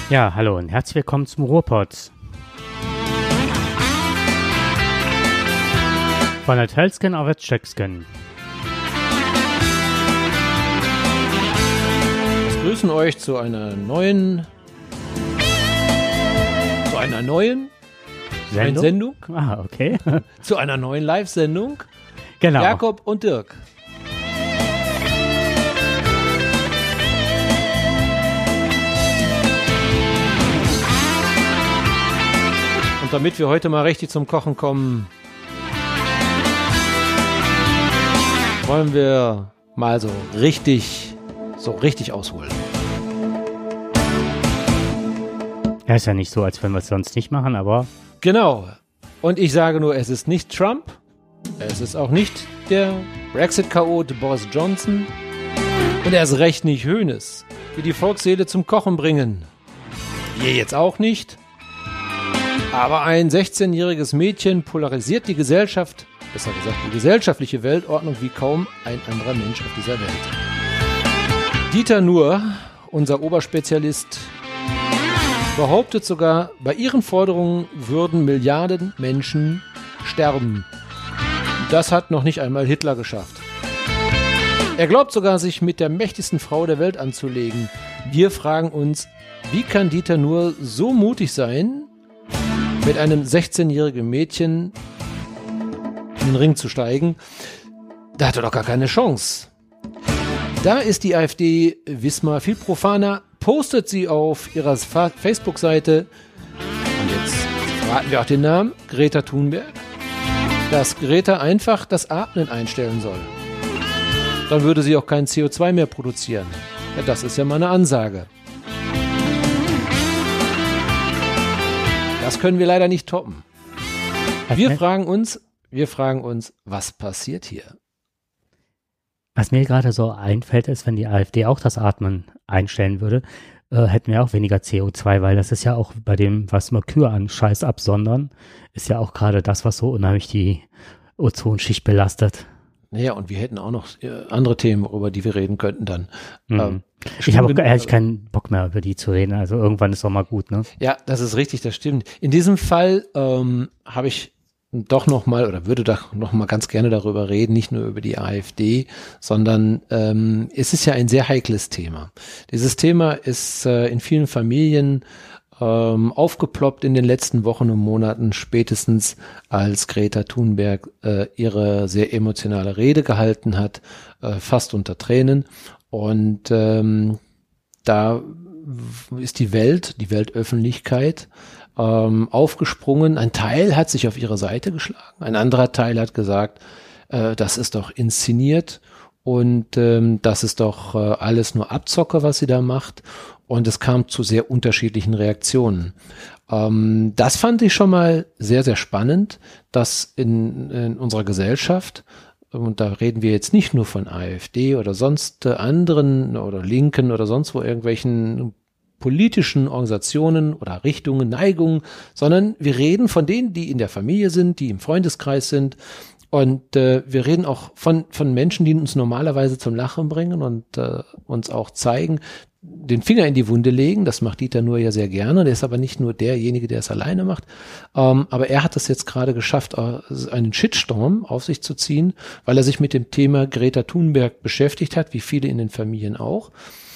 Ja, hallo und herzlich willkommen zum Ruhrpott. Von der Telsken auf der Tschechsken. Wir grüßen euch zu einer neuen Sendung. Ah, okay. Zu einer neuen Live-Sendung. Genau. Jakob und Dirk. Und damit wir heute mal richtig zum Kochen kommen, wollen wir mal so richtig ausholen. Ja, ist ja nicht so, als wenn wir es sonst nicht machen, aber... Genau. Und ich sage nur, es ist nicht Trump, es ist auch nicht der Brexit-Chaot Boris Johnson und er ist recht nicht Hoeneß, die die Volksseele zum Kochen bringen. Wir jetzt auch nicht. Aber ein 16-jähriges Mädchen polarisiert die Gesellschaft, besser gesagt die gesellschaftliche Weltordnung wie kaum ein anderer Mensch auf dieser Welt. Dieter Nuhr, unser Oberspezialist, behauptet sogar, bei ihren Forderungen würden Milliarden Menschen sterben. Das hat noch nicht einmal Hitler geschafft. Er glaubt sogar, sich mit der mächtigsten Frau der Welt anzulegen. Wir fragen uns, wie kann Dieter Nuhr so mutig sein, mit einem 16-jährigen Mädchen in den Ring zu steigen? Da hat er doch gar keine Chance. Da ist die AfD Wismar viel profaner, postet sie auf ihrer Facebook-Seite, und jetzt verraten wir auch den Namen, Greta Thunberg, dass Greta einfach das Atmen einstellen soll. Dann würde sie auch kein CO2 mehr produzieren. Ja, das ist ja mal eine Ansage. Das können wir leider nicht toppen. Wir fragen uns, was passiert hier? Was mir gerade so einfällt, ist, wenn die AfD auch das Atmen einstellen würde, hätten wir auch weniger CO2, weil das ist ja auch bei dem, was wir Kühe an Scheiß absondern, ist ja auch gerade das, was so unheimlich die Ozonschicht belastet. Naja, und wir hätten auch noch andere Themen, über die wir reden könnten dann. Ich habe auch ehrlich keinen Bock mehr, über die zu reden. Also irgendwann ist doch mal gut, ne? Ja, das ist richtig, das stimmt. In diesem Fall habe ich doch nochmal oder würde da nochmal ganz gerne darüber reden, nicht nur über die AfD, sondern es ist ja ein sehr heikles Thema. Dieses Thema ist in vielen Familien aufgeploppt in den letzten Wochen und Monaten, spätestens als Greta Thunberg ihre sehr emotionale Rede gehalten hat, fast unter Tränen. Und da ist die Weltöffentlichkeit aufgesprungen. Ein Teil hat sich auf ihre Seite geschlagen, ein anderer Teil hat gesagt, das ist doch inszeniert und das ist doch alles nur Abzocke, was sie da macht. Und es kam zu sehr unterschiedlichen Reaktionen. Das fand ich schon mal sehr, sehr spannend, dass in unserer Gesellschaft, und da reden wir jetzt nicht nur von AfD oder sonst anderen oder Linken oder sonst wo irgendwelchen politischen Organisationen oder Richtungen, Neigungen, sondern wir reden von denen, die in der Familie sind, die im Freundeskreis sind. Und wir reden auch von Menschen, die uns normalerweise zum Lachen bringen und uns auch zeigen, den Finger in die Wunde legen. Das macht Dieter Nuhr ja sehr gerne. Der ist aber nicht nur derjenige, der es alleine macht. Aber er hat es jetzt gerade geschafft, einen Shitstorm auf sich zu ziehen, weil er sich mit dem Thema Greta Thunberg beschäftigt hat, wie viele in den Familien auch.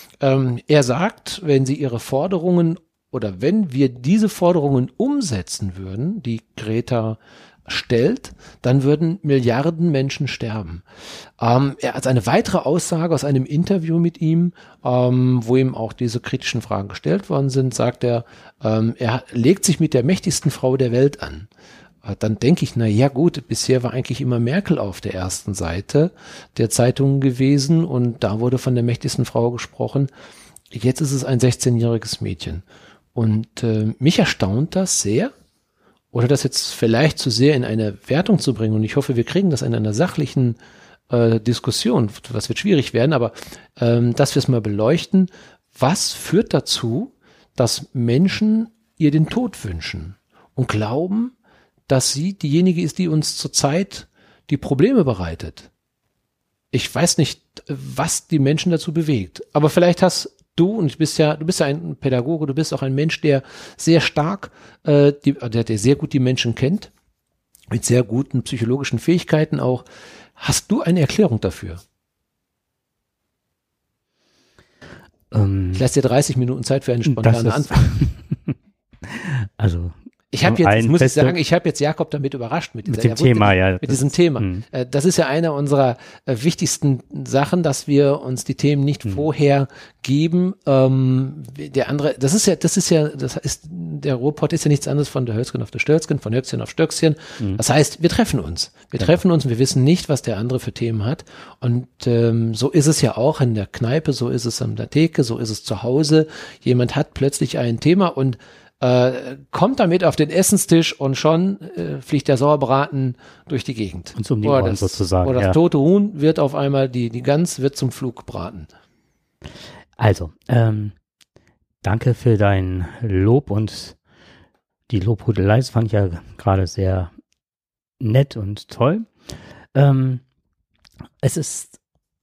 Er sagt, wenn sie ihre Forderungen oder wenn wir diese Forderungen umsetzen würden, die Greta stellt, dann würden Milliarden Menschen sterben. Er hat eine weitere Aussage aus einem Interview mit ihm, wo ihm auch diese kritischen Fragen gestellt worden sind, sagt er legt sich mit der mächtigsten Frau der Welt an. Dann denke ich, na ja gut, bisher war eigentlich immer Merkel auf der ersten Seite der Zeitungen gewesen und da wurde von der mächtigsten Frau gesprochen. Jetzt ist es ein 16-jähriges Mädchen. Und mich erstaunt das sehr, oder das jetzt vielleicht zu sehr in eine Wertung zu bringen. Und ich hoffe, wir kriegen das in einer sachlichen Diskussion. Das wird schwierig werden, aber dass wir es mal beleuchten. Was führt dazu, dass Menschen ihr den Tod wünschen und glauben, dass sie diejenige ist, die uns zurzeit die Probleme bereitet? Ich weiß nicht, was die Menschen dazu bewegt. Aber vielleicht hast du bist ja ein Pädagoge, du bist auch ein Mensch, der sehr stark, der sehr gut die Menschen kennt, mit sehr guten psychologischen Fähigkeiten auch. Hast du eine Erklärung dafür? Ich lasse dir 30 Minuten Zeit für eine spontane Antwort. Also ich habe jetzt Jakob damit überrascht mit dem Thema, mit diesem Thema. Das ist ja eine unserer wichtigsten Sachen, dass wir uns die Themen nicht vorher geben. Der Ruhrpott ist ja nichts anderes von der Hölzgen auf der Stölzgen, von Höchstchen auf Stöckchen. Das heißt, wir treffen uns. Wir wissen nicht, was der andere für Themen hat. Und so ist es ja auch in der Kneipe, so ist es an der Theke, so ist es zu Hause. Jemand hat plötzlich ein Thema und kommt damit auf den Essenstisch und schon fliegt der Sauerbraten durch die Gegend. Und um die Ohren sozusagen. Oder das tote Huhn wird auf einmal, die Gans wird zum Flugbraten. Also, danke für dein Lob und die Lobhudelei. Das fand ich ja gerade sehr nett und toll. Es ist,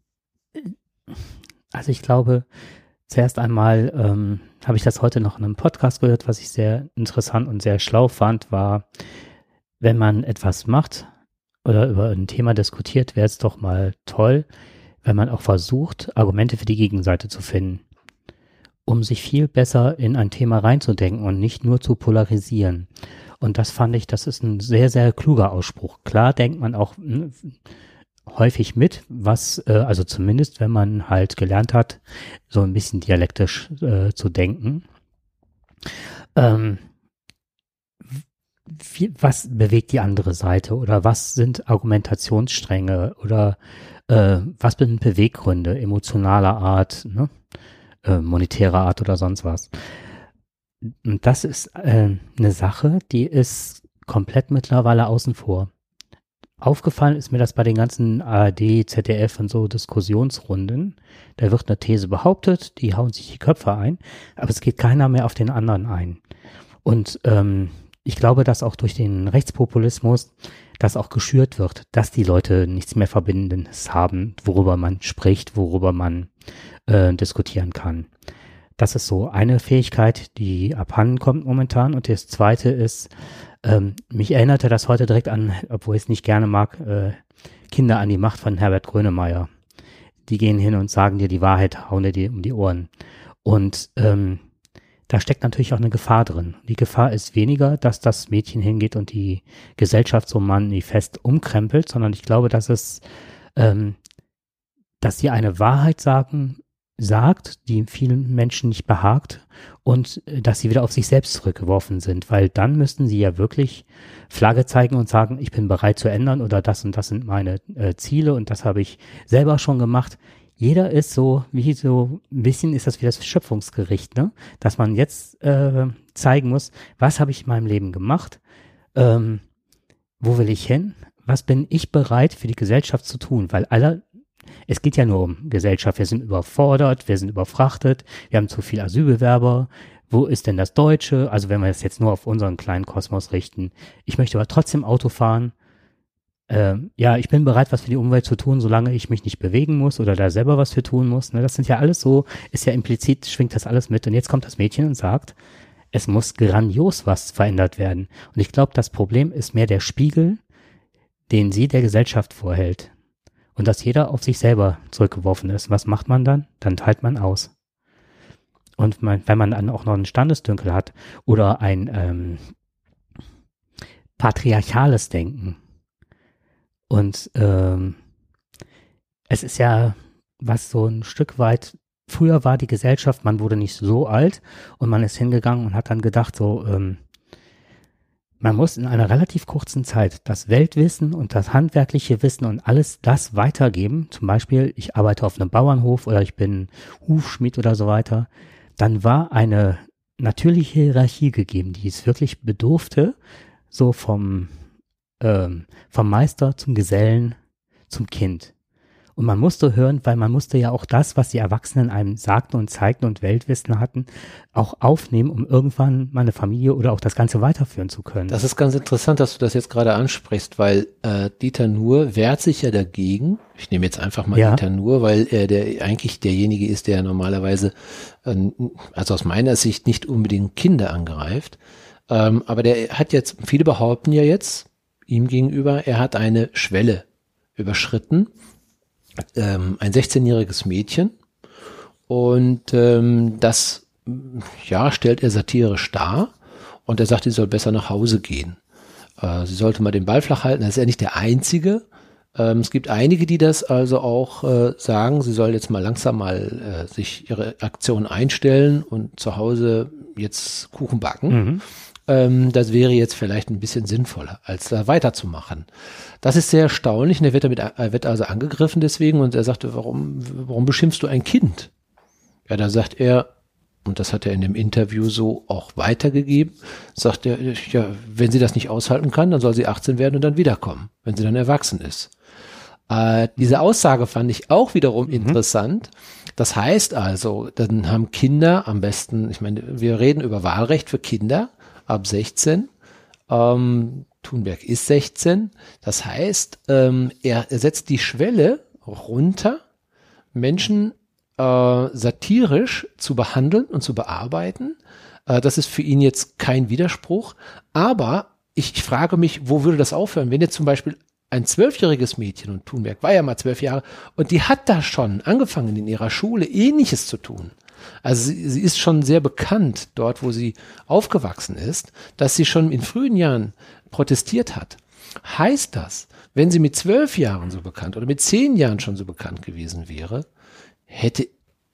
also ich glaube, zuerst einmal habe ich das heute noch in einem Podcast gehört, was ich sehr interessant und sehr schlau fand, war, wenn man etwas macht oder über ein Thema diskutiert, wäre es doch mal toll, wenn man auch versucht, Argumente für die Gegenseite zu finden, um sich viel besser in ein Thema reinzudenken und nicht nur zu polarisieren. Und das fand ich, das ist ein sehr, sehr kluger Ausspruch. Klar denkt man auch häufig mit, also zumindest, wenn man halt gelernt hat, so ein bisschen dialektisch zu denken. Was bewegt die andere Seite oder was sind Argumentationsstränge oder was sind Beweggründe emotionaler Art, ne? Monetärer Art oder sonst was. Und das ist eine Sache, die ist komplett mittlerweile außen vor. Aufgefallen ist mir das bei den ganzen ARD, ZDF und so Diskussionsrunden. Da wird eine These behauptet, die hauen sich die Köpfe ein, aber es geht keiner mehr auf den anderen ein. Und ich glaube, dass auch durch den Rechtspopulismus das auch geschürt wird, dass die Leute nichts mehr Verbindendes haben, worüber man spricht, worüber man diskutieren kann. Das ist so eine Fähigkeit, die abhanden kommt momentan. Und das zweite ist, mich erinnerte das heute direkt an, obwohl ich es nicht gerne mag, Kinder an die Macht von Herbert Grönemeyer. Die gehen hin und sagen dir die Wahrheit, hauen dir um die Ohren. Und da steckt natürlich auch eine Gefahr drin. Die Gefahr ist weniger, dass das Mädchen hingeht und die Gesellschaft so manifest umkrempelt, sondern ich glaube, dass dass sie eine Wahrheit sagt, die vielen Menschen nicht behagt und dass sie wieder auf sich selbst zurückgeworfen sind, weil dann müssten sie ja wirklich Flagge zeigen und sagen, ich bin bereit zu ändern oder das und das sind meine Ziele und das habe ich selber schon gemacht. Jeder ist so ein bisschen ist das wie das Schöpfungsgericht, ne? Dass man jetzt zeigen muss, was habe ich in meinem Leben gemacht, wo will ich hin, was bin ich bereit für die Gesellschaft zu tun, weil es geht ja nur um Gesellschaft, wir sind überfordert, wir sind überfrachtet, wir haben zu viele Asylbewerber, wo ist denn das Deutsche, also wenn wir das jetzt nur auf unseren kleinen Kosmos richten, ich möchte aber trotzdem Auto fahren, ja, ich bin bereit, was für die Umwelt zu tun, solange ich mich nicht bewegen muss oder da selber was für tun muss, ne? Das sind ja alles so, ist ja implizit, schwingt das alles mit und jetzt kommt das Mädchen und sagt, es muss grandios was verändert werden und ich glaube, das Problem ist mehr der Spiegel, den sie der Gesellschaft vorhält. Und dass jeder auf sich selber zurückgeworfen ist. Was macht man dann? Dann teilt man aus. Und wenn man dann auch noch einen Standesdünkel hat oder ein patriarchales Denken. Und es ist ja, was so ein Stück weit, früher war die Gesellschaft, man wurde nicht so alt und man ist hingegangen und hat dann gedacht, so, man muss in einer relativ kurzen Zeit das Weltwissen und das handwerkliche Wissen und alles das weitergeben. Zum Beispiel, ich arbeite auf einem Bauernhof oder ich bin Hufschmied oder so weiter. Dann war eine natürliche Hierarchie gegeben, die es wirklich bedurfte, so vom Meister zum Gesellen zum Kind. Und man musste hören, weil man musste ja auch das, was die Erwachsenen einem sagten und zeigten und Weltwissen hatten, auch aufnehmen, um irgendwann mal eine Familie oder auch das Ganze weiterführen zu können. Das ist ganz interessant, dass du das jetzt gerade ansprichst, weil Dieter Nuhr wehrt sich ja dagegen. Ich nehme jetzt einfach mal Dieter Nuhr, weil er eigentlich derjenige ist, der normalerweise, also aus meiner Sicht, nicht unbedingt Kinder angreift. Aber der hat jetzt, viele behaupten ja jetzt, ihm gegenüber, er hat eine Schwelle überschritten, ein 16-jähriges Mädchen, und das stellt er satirisch dar, und er sagt, sie soll besser nach Hause gehen. Sie sollte mal den Ball flach halten. Das ist ja nicht der Einzige. Es gibt einige, die das also auch sagen, sie soll jetzt mal langsam mal sich ihre Aktion einstellen und zu Hause jetzt Kuchen backen. Das wäre jetzt vielleicht ein bisschen sinnvoller, als da weiterzumachen. Das ist sehr erstaunlich, und er wird also angegriffen deswegen, und er sagte, warum beschimpfst du ein Kind? Ja, da sagt er, und das hat er in dem Interview so auch weitergegeben, sagt er, ja, wenn sie das nicht aushalten kann, dann soll sie 18 werden und dann wiederkommen, wenn sie dann erwachsen ist. Diese Aussage fand ich auch wiederum interessant. Das heißt also, dann haben Kinder am besten, ich meine, wir reden über Wahlrecht für Kinder ab 16. Thunberg ist 16. Das heißt, er setzt die Schwelle runter, Menschen satirisch zu behandeln und zu bearbeiten. Das ist für ihn jetzt kein Widerspruch. Aber ich frage mich, wo würde das aufhören? Wenn jetzt zum Beispiel ein 12-jähriges Mädchen, und Thunberg war ja mal 12 Jahre, und die hat da schon angefangen in ihrer Schule Ähnliches zu tun. Also sie ist schon sehr bekannt dort, wo sie aufgewachsen ist, dass sie schon in frühen Jahren protestiert hat. Heißt das, wenn sie mit 12 Jahren so bekannt oder mit 10 Jahren schon so bekannt gewesen wäre, hätte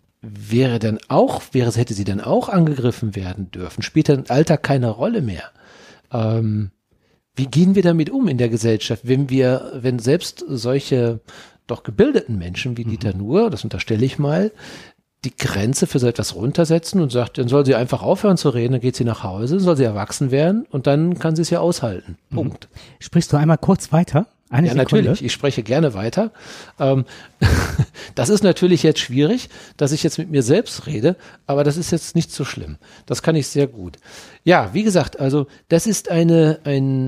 sie dann auch angegriffen werden dürfen? Spielt dann Alter keine Rolle mehr? Wie gehen wir damit um in der Gesellschaft, wenn selbst solche doch gebildeten Menschen wie Dieter Nuhr, das unterstelle ich mal, die Grenze für so etwas runtersetzen und sagt, dann soll sie einfach aufhören zu reden, dann geht sie nach Hause, soll sie erwachsen werden und dann kann sie es ja aushalten. Punkt. Sprichst du einmal kurz weiter? Eine Sekunde. Natürlich, ich spreche gerne weiter. Das ist natürlich jetzt schwierig, dass ich jetzt mit mir selbst rede, aber das ist jetzt nicht so schlimm. Das kann ich sehr gut. Ja, wie gesagt, also das ist eine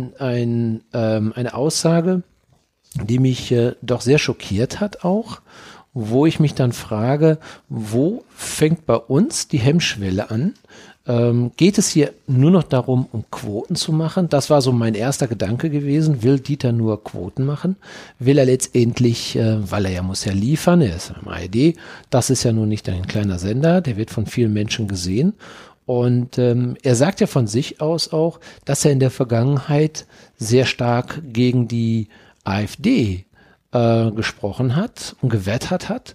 Aussage, die mich doch sehr schockiert hat auch, wo ich mich dann frage, wo fängt bei uns die Hemmschwelle an? Geht es hier nur noch darum, um Quoten zu machen? Das war so mein erster Gedanke gewesen. Will Dieter nur Quoten machen? Will er letztendlich, weil er muss ja liefern, er ist im ARD, das ist ja nun nicht ein kleiner Sender, der wird von vielen Menschen gesehen. Und er sagt ja von sich aus auch, dass er in der Vergangenheit sehr stark gegen die AfD gesprochen hat und gewettert hat.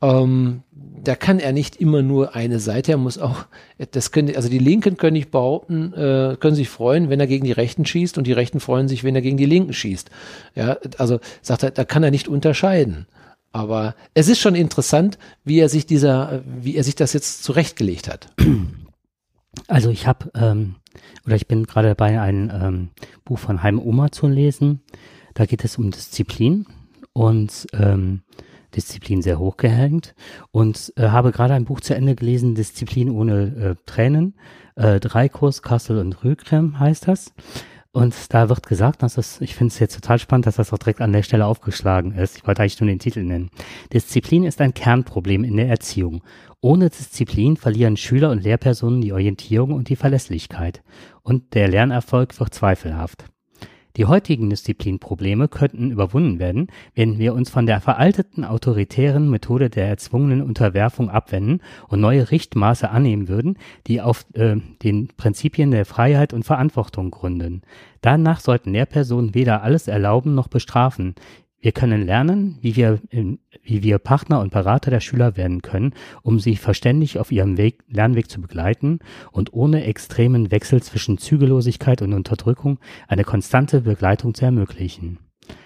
Da kann er nicht immer nur eine Seite, er muss auch, also die Linken können nicht behaupten, können sich freuen, wenn er gegen die Rechten schießt, und die Rechten freuen sich, wenn er gegen die Linken schießt. Ja, also sagt er, da kann er nicht unterscheiden. Aber es ist schon interessant, wie er sich das jetzt zurechtgelegt hat. Also ich bin gerade dabei, ein Buch von Haim Omer zu lesen. Da geht es um Disziplin und Disziplin sehr hoch gehängt, und habe gerade ein Buch zu Ende gelesen, Disziplin ohne Tränen, Dreikurs, Kassel und Rührkrem heißt das. Und da wird gesagt, ich finde es jetzt total spannend, dass das auch direkt an der Stelle aufgeschlagen ist. Ich wollte eigentlich nur den Titel nennen. Disziplin ist ein Kernproblem in der Erziehung. Ohne Disziplin verlieren Schüler und Lehrpersonen die Orientierung und die Verlässlichkeit. Und der Lernerfolg wird zweifelhaft. Die heutigen Disziplinprobleme könnten überwunden werden, wenn wir uns von der veralteten autoritären Methode der erzwungenen Unterwerfung abwenden und neue Richtmaße annehmen würden, die auf den Prinzipien der Freiheit und Verantwortung gründen. Danach sollten Lehrpersonen weder alles erlauben noch bestrafen. Wir können lernen, wie wir Partner und Berater der Schüler werden können, um sie verständig auf ihrem Lernweg zu begleiten und ohne extremen Wechsel zwischen Zügellosigkeit und Unterdrückung eine konstante Begleitung zu ermöglichen.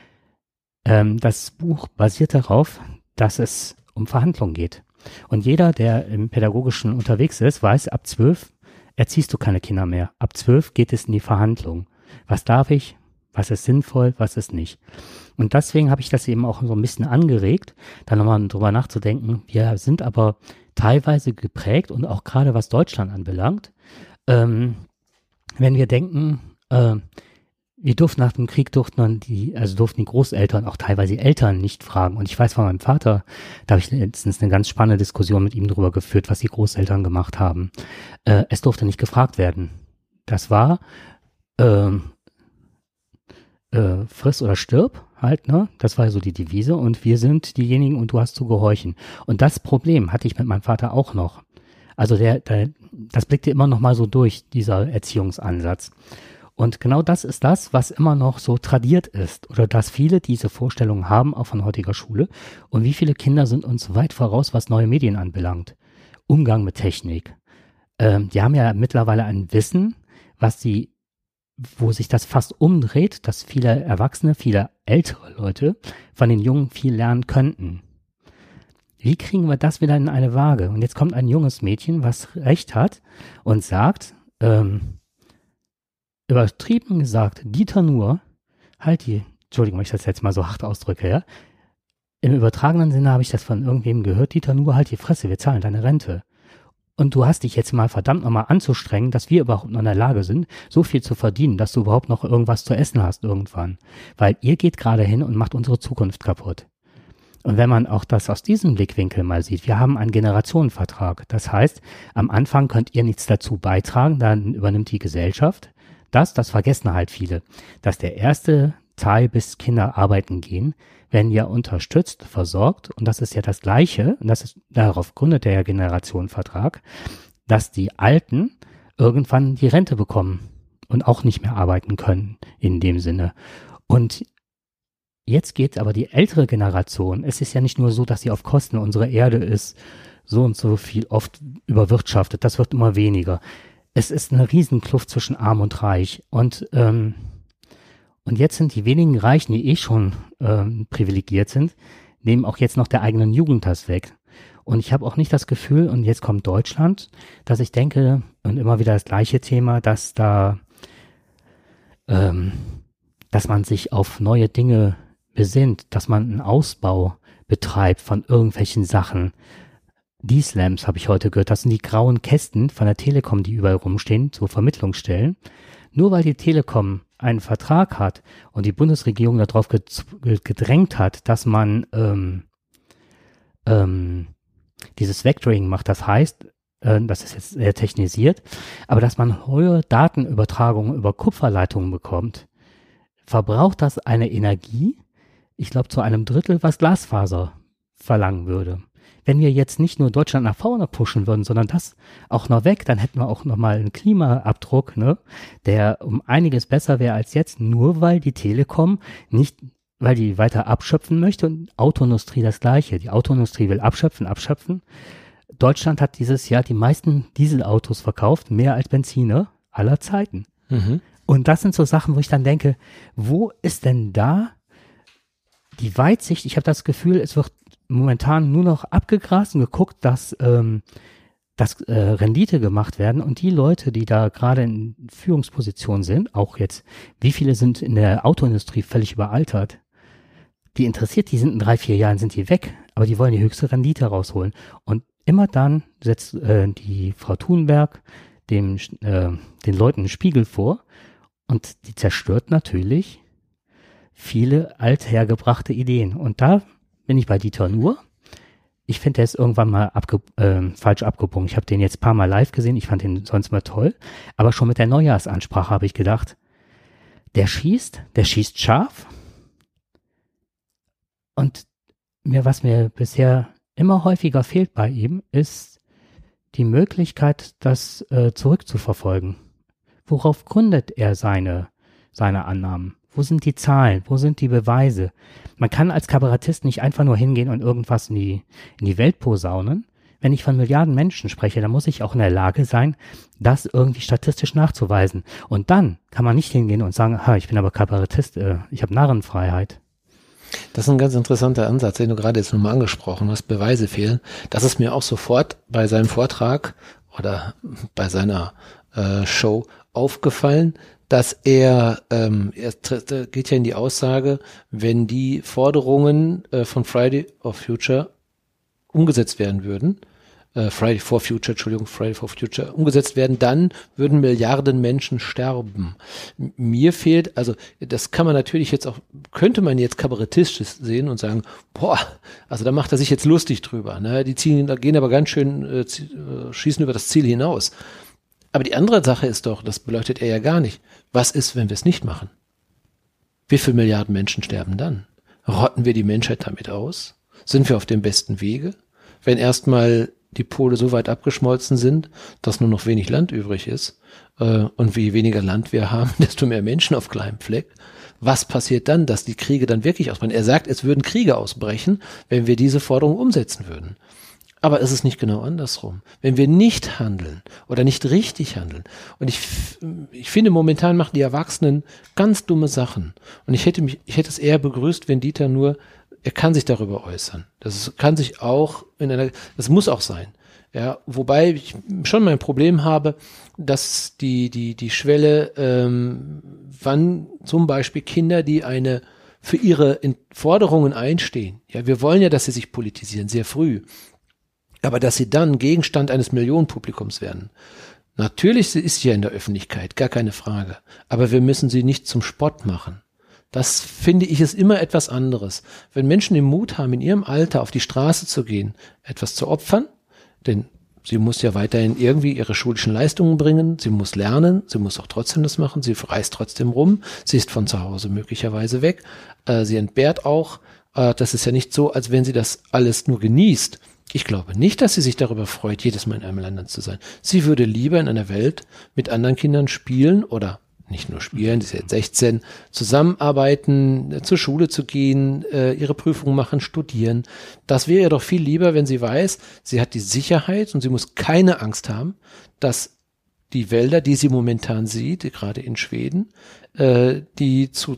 Das Buch basiert darauf, dass es um Verhandlungen geht. Und jeder, der im Pädagogischen unterwegs ist, weiß, ab 12 erziehst du keine Kinder mehr. Ab 12 geht es in die Verhandlung. Was darf ich? Was ist sinnvoll, was ist nicht. Und deswegen habe ich das eben auch so ein bisschen angeregt, da nochmal drüber nachzudenken. Wir sind aber teilweise geprägt und auch gerade was Deutschland anbelangt, wenn wir denken, wir durften nach dem Krieg durften die Großeltern, auch teilweise die Eltern nicht fragen. Und ich weiß von meinem Vater, da habe ich letztens eine ganz spannende Diskussion mit ihm darüber geführt, was die Großeltern gemacht haben. Es durfte nicht gefragt werden. Das war friss oder stirb halt, ne? Das war so die Devise und wir sind diejenigen und du hast zu gehorchen. Und das Problem hatte ich mit meinem Vater auch noch. Also das blickte immer noch mal so durch, dieser Erziehungsansatz. Und genau das ist das, was immer noch so tradiert ist oder dass viele diese Vorstellungen haben, auch von heutiger Schule. Und wie viele Kinder sind uns weit voraus, was neue Medien anbelangt. Umgang mit Technik. Die haben ja mittlerweile ein Wissen, wo sich das fast umdreht, dass viele Erwachsene, viele ältere Leute von den Jungen viel lernen könnten. Wie kriegen wir das wieder in eine Waage? Und jetzt kommt ein junges Mädchen, was Recht hat und übertrieben gesagt, Dieter Nuhr, Entschuldigung, wenn ich das jetzt mal so hart ausdrücke, ja. Im übertragenen Sinne habe ich das von irgendwem gehört, Dieter Nuhr, halt die Fresse, wir zahlen deine Rente. Und du hast dich jetzt mal verdammt nochmal anzustrengen, dass wir überhaupt noch in der Lage sind, so viel zu verdienen, dass du überhaupt noch irgendwas zu essen hast irgendwann. Weil ihr geht gerade hin und macht unsere Zukunft kaputt. Und wenn man auch das aus diesem Blickwinkel mal sieht, wir haben einen Generationenvertrag. Das heißt, am Anfang könnt ihr nichts dazu beitragen, dann übernimmt die Gesellschaft. Das vergessen halt viele, dass der erste Teil, bis Kinder arbeiten gehen, werden ja unterstützt, versorgt und das ist ja das Gleiche und darauf gründet der Generationenvertrag, dass die Alten irgendwann die Rente bekommen und auch nicht mehr arbeiten können in dem Sinne. Und jetzt geht aber die ältere Generation, es ist ja nicht nur so, dass sie auf Kosten unserer Erde ist, so und so viel oft überwirtschaftet, das wird immer weniger. Es ist eine Riesenkluft zwischen Arm und Reich und jetzt sind die wenigen Reichen, die schon privilegiert sind, nehmen auch jetzt noch der eigenen Jugend das weg. Und ich habe auch nicht das Gefühl, und jetzt kommt Deutschland, dass ich denke, und immer wieder das gleiche Thema, dass man sich auf neue Dinge besinnt, dass man einen Ausbau betreibt von irgendwelchen Sachen. D-Slams habe ich heute gehört, das sind die grauen Kästen von der Telekom, die überall rumstehen, so Vermittlungsstellen. Nur weil die Telekom einen Vertrag hat und die Bundesregierung darauf gedrängt hat, dass man dieses Vectoring macht, das heißt, das ist jetzt sehr technisiert, aber dass man hohe Datenübertragungen über Kupferleitungen bekommt, verbraucht das eine Energie, ich glaube zu einem Drittel, was Glasfaser verlangen würde. Wenn wir jetzt nicht nur Deutschland nach vorne pushen würden, sondern das auch noch weg, dann hätten wir auch noch mal einen Klimaabdruck, ne, der um einiges besser wäre als jetzt, nur weil die Telekom nicht, weil die weiter abschöpfen möchte und Autoindustrie das Gleiche. Die Autoindustrie will abschöpfen. Deutschland hat dieses Jahr die meisten Dieselautos verkauft, mehr als Benziner aller Zeiten. Mhm. Und das sind so Sachen, wo ich dann denke, wo ist denn da die Weitsicht? Ich habe das Gefühl, es wird momentan nur noch abgegrast und geguckt, dass Rendite gemacht werden und die Leute, die da gerade in Führungspositionen sind, auch jetzt, wie viele sind in der Autoindustrie völlig überaltert, die in 3-4 Jahren sind die weg, aber die wollen die höchste Rendite rausholen. Und immer dann setzt die Frau Thunberg den Leuten einen Spiegel vor und die zerstört natürlich viele althergebrachte Ideen. Und da bin ich bei Dieter Nuhr. Ich finde, der ist irgendwann mal falsch abgebogen. Ich habe den jetzt ein paar Mal live gesehen. Ich fand den sonst mal toll. Aber schon mit der Neujahrsansprache habe ich gedacht, der schießt scharf. Und was mir bisher immer häufiger fehlt bei ihm, ist die Möglichkeit, das zurückzuverfolgen. Worauf gründet er seine Annahmen? Wo sind die Zahlen? Wo sind die Beweise? Man kann als Kabarettist nicht einfach nur hingehen und irgendwas in die Welt posaunen. Wenn ich von Milliarden Menschen spreche, dann muss ich auch in der Lage sein, das irgendwie statistisch nachzuweisen. Und dann kann man nicht hingehen und sagen, ich bin aber Kabarettist, ich habe Narrenfreiheit. Das ist ein ganz interessanter Ansatz, den du gerade jetzt nochmal angesprochen hast, Beweise fehlen. Das ist mir auch sofort bei seinem Vortrag oder bei seiner Show aufgefallen, dass er geht ja in die Aussage, wenn die Forderungen von Friday for Future umgesetzt werden würden, Friday for Future umgesetzt werden, dann würden Milliarden Menschen sterben. Mir fehlt, also das kann man natürlich jetzt auch, könnte man jetzt kabarettistisch sehen und sagen, boah, also da macht er sich jetzt lustig drüber, ne? Die gehen aber ganz schön, schießen über das Ziel hinaus. Aber die andere Sache ist doch, das beleuchtet er ja gar nicht, was ist, wenn wir es nicht machen? Wie viele Milliarden Menschen sterben dann? Rotten wir die Menschheit damit aus? Sind wir auf dem besten Wege? Wenn erstmal die Pole so weit abgeschmolzen sind, dass nur noch wenig Land übrig ist, und je weniger Land wir haben, desto mehr Menschen auf kleinem Fleck. Was passiert dann, dass die Kriege dann wirklich ausbrechen? Er sagt, es würden Kriege ausbrechen, wenn wir diese Forderung umsetzen würden. Aber es ist nicht genau andersrum. Wenn wir nicht handeln oder nicht richtig handeln. Und ich finde, momentan machen die Erwachsenen ganz dumme Sachen. Und ich hätte es eher begrüßt, wenn Dieter nur, er kann sich darüber äußern. Das kann sich auch das muss auch sein. Ja, wobei ich schon mein Problem habe, dass die Schwelle, wann zum Beispiel Kinder, die für ihre Forderungen einstehen. Ja, wir wollen ja, dass sie sich politisieren, sehr früh. Aber dass sie dann Gegenstand eines Millionenpublikums werden. Natürlich ist sie ja in der Öffentlichkeit, gar keine Frage. Aber wir müssen sie nicht zum Spott machen. Das finde ich ist immer etwas anderes. Wenn Menschen den Mut haben, in ihrem Alter auf die Straße zu gehen, etwas zu opfern, denn sie muss ja weiterhin irgendwie ihre schulischen Leistungen bringen, sie muss lernen, sie muss auch trotzdem das machen, sie reist trotzdem rum, sie ist von zu Hause möglicherweise weg, sie entbehrt auch. Das ist ja nicht so, als wenn sie das alles nur genießt. Ich glaube nicht, dass sie sich darüber freut, jedes Mal in einem Land zu sein. Sie würde lieber in einer Welt mit anderen Kindern spielen oder nicht nur spielen, die ist ja jetzt 16, zusammenarbeiten, zur Schule zu gehen, ihre Prüfungen machen, studieren. Das wäre ihr doch viel lieber, wenn sie weiß, sie hat die Sicherheit und sie muss keine Angst haben, dass die Wälder, die sie momentan sieht, gerade in Schweden, die zu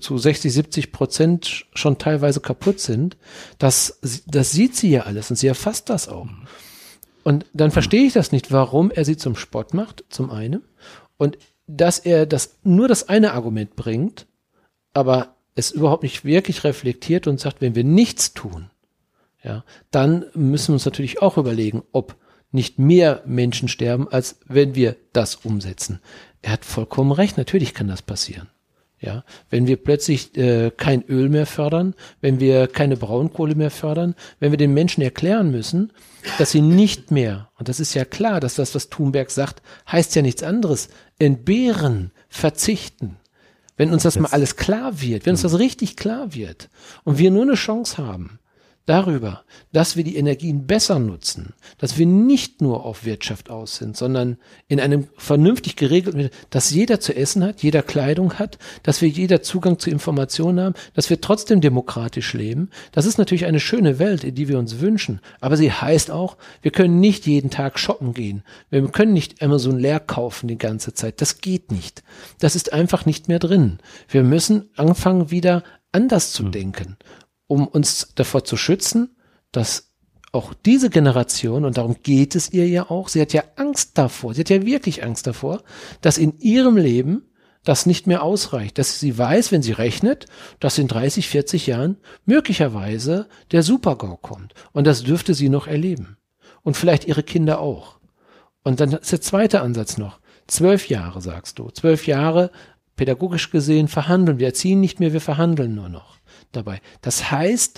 60-70% schon teilweise kaputt sind, das sieht sie ja alles und sie erfasst das auch. Und dann verstehe ich das nicht, warum er sie zum Spott macht, zum einen, und dass er nur das eine Argument bringt, aber es überhaupt nicht wirklich reflektiert und sagt, wenn wir nichts tun, ja, dann müssen wir uns natürlich auch überlegen, ob nicht mehr Menschen sterben, als wenn wir das umsetzen. Er hat vollkommen recht, natürlich kann das passieren. Ja, wenn wir plötzlich kein Öl mehr fördern, wenn wir keine Braunkohle mehr fördern, wenn wir den Menschen erklären müssen, dass sie nicht mehr, und das ist ja klar, dass das, was Thunberg sagt, heißt ja nichts anderes, entbehren, verzichten. Wenn uns das mal alles klar wird, wenn uns das richtig klar wird und wir nur eine Chance haben, darüber, dass wir die Energien besser nutzen, dass wir nicht nur auf Wirtschaft aus sind, sondern in einem vernünftig geregelten, dass jeder zu essen hat, jeder Kleidung hat, dass wir jeder Zugang zu Informationen haben, dass wir trotzdem demokratisch leben. Das ist natürlich eine schöne Welt, in die wir uns wünschen, aber sie heißt auch, wir können nicht jeden Tag shoppen gehen. Wir können nicht Amazon leer kaufen die ganze Zeit. Das geht nicht. Das ist einfach nicht mehr drin. Wir müssen anfangen, wieder anders zu denken, um uns davor zu schützen, dass auch diese Generation, und darum geht es ihr ja auch, sie hat ja Angst davor, sie hat ja wirklich Angst davor, dass in ihrem Leben das nicht mehr ausreicht, dass sie weiß, wenn sie rechnet, dass in 30, 40 Jahren möglicherweise der Super-GAU kommt. Und das dürfte sie noch erleben. Und vielleicht ihre Kinder auch. Und dann ist der zweite Ansatz noch. 12 Jahre, sagst du. 12 Jahre, pädagogisch gesehen, verhandeln. Wir erziehen nicht mehr, wir verhandeln nur noch dabei. Das heißt,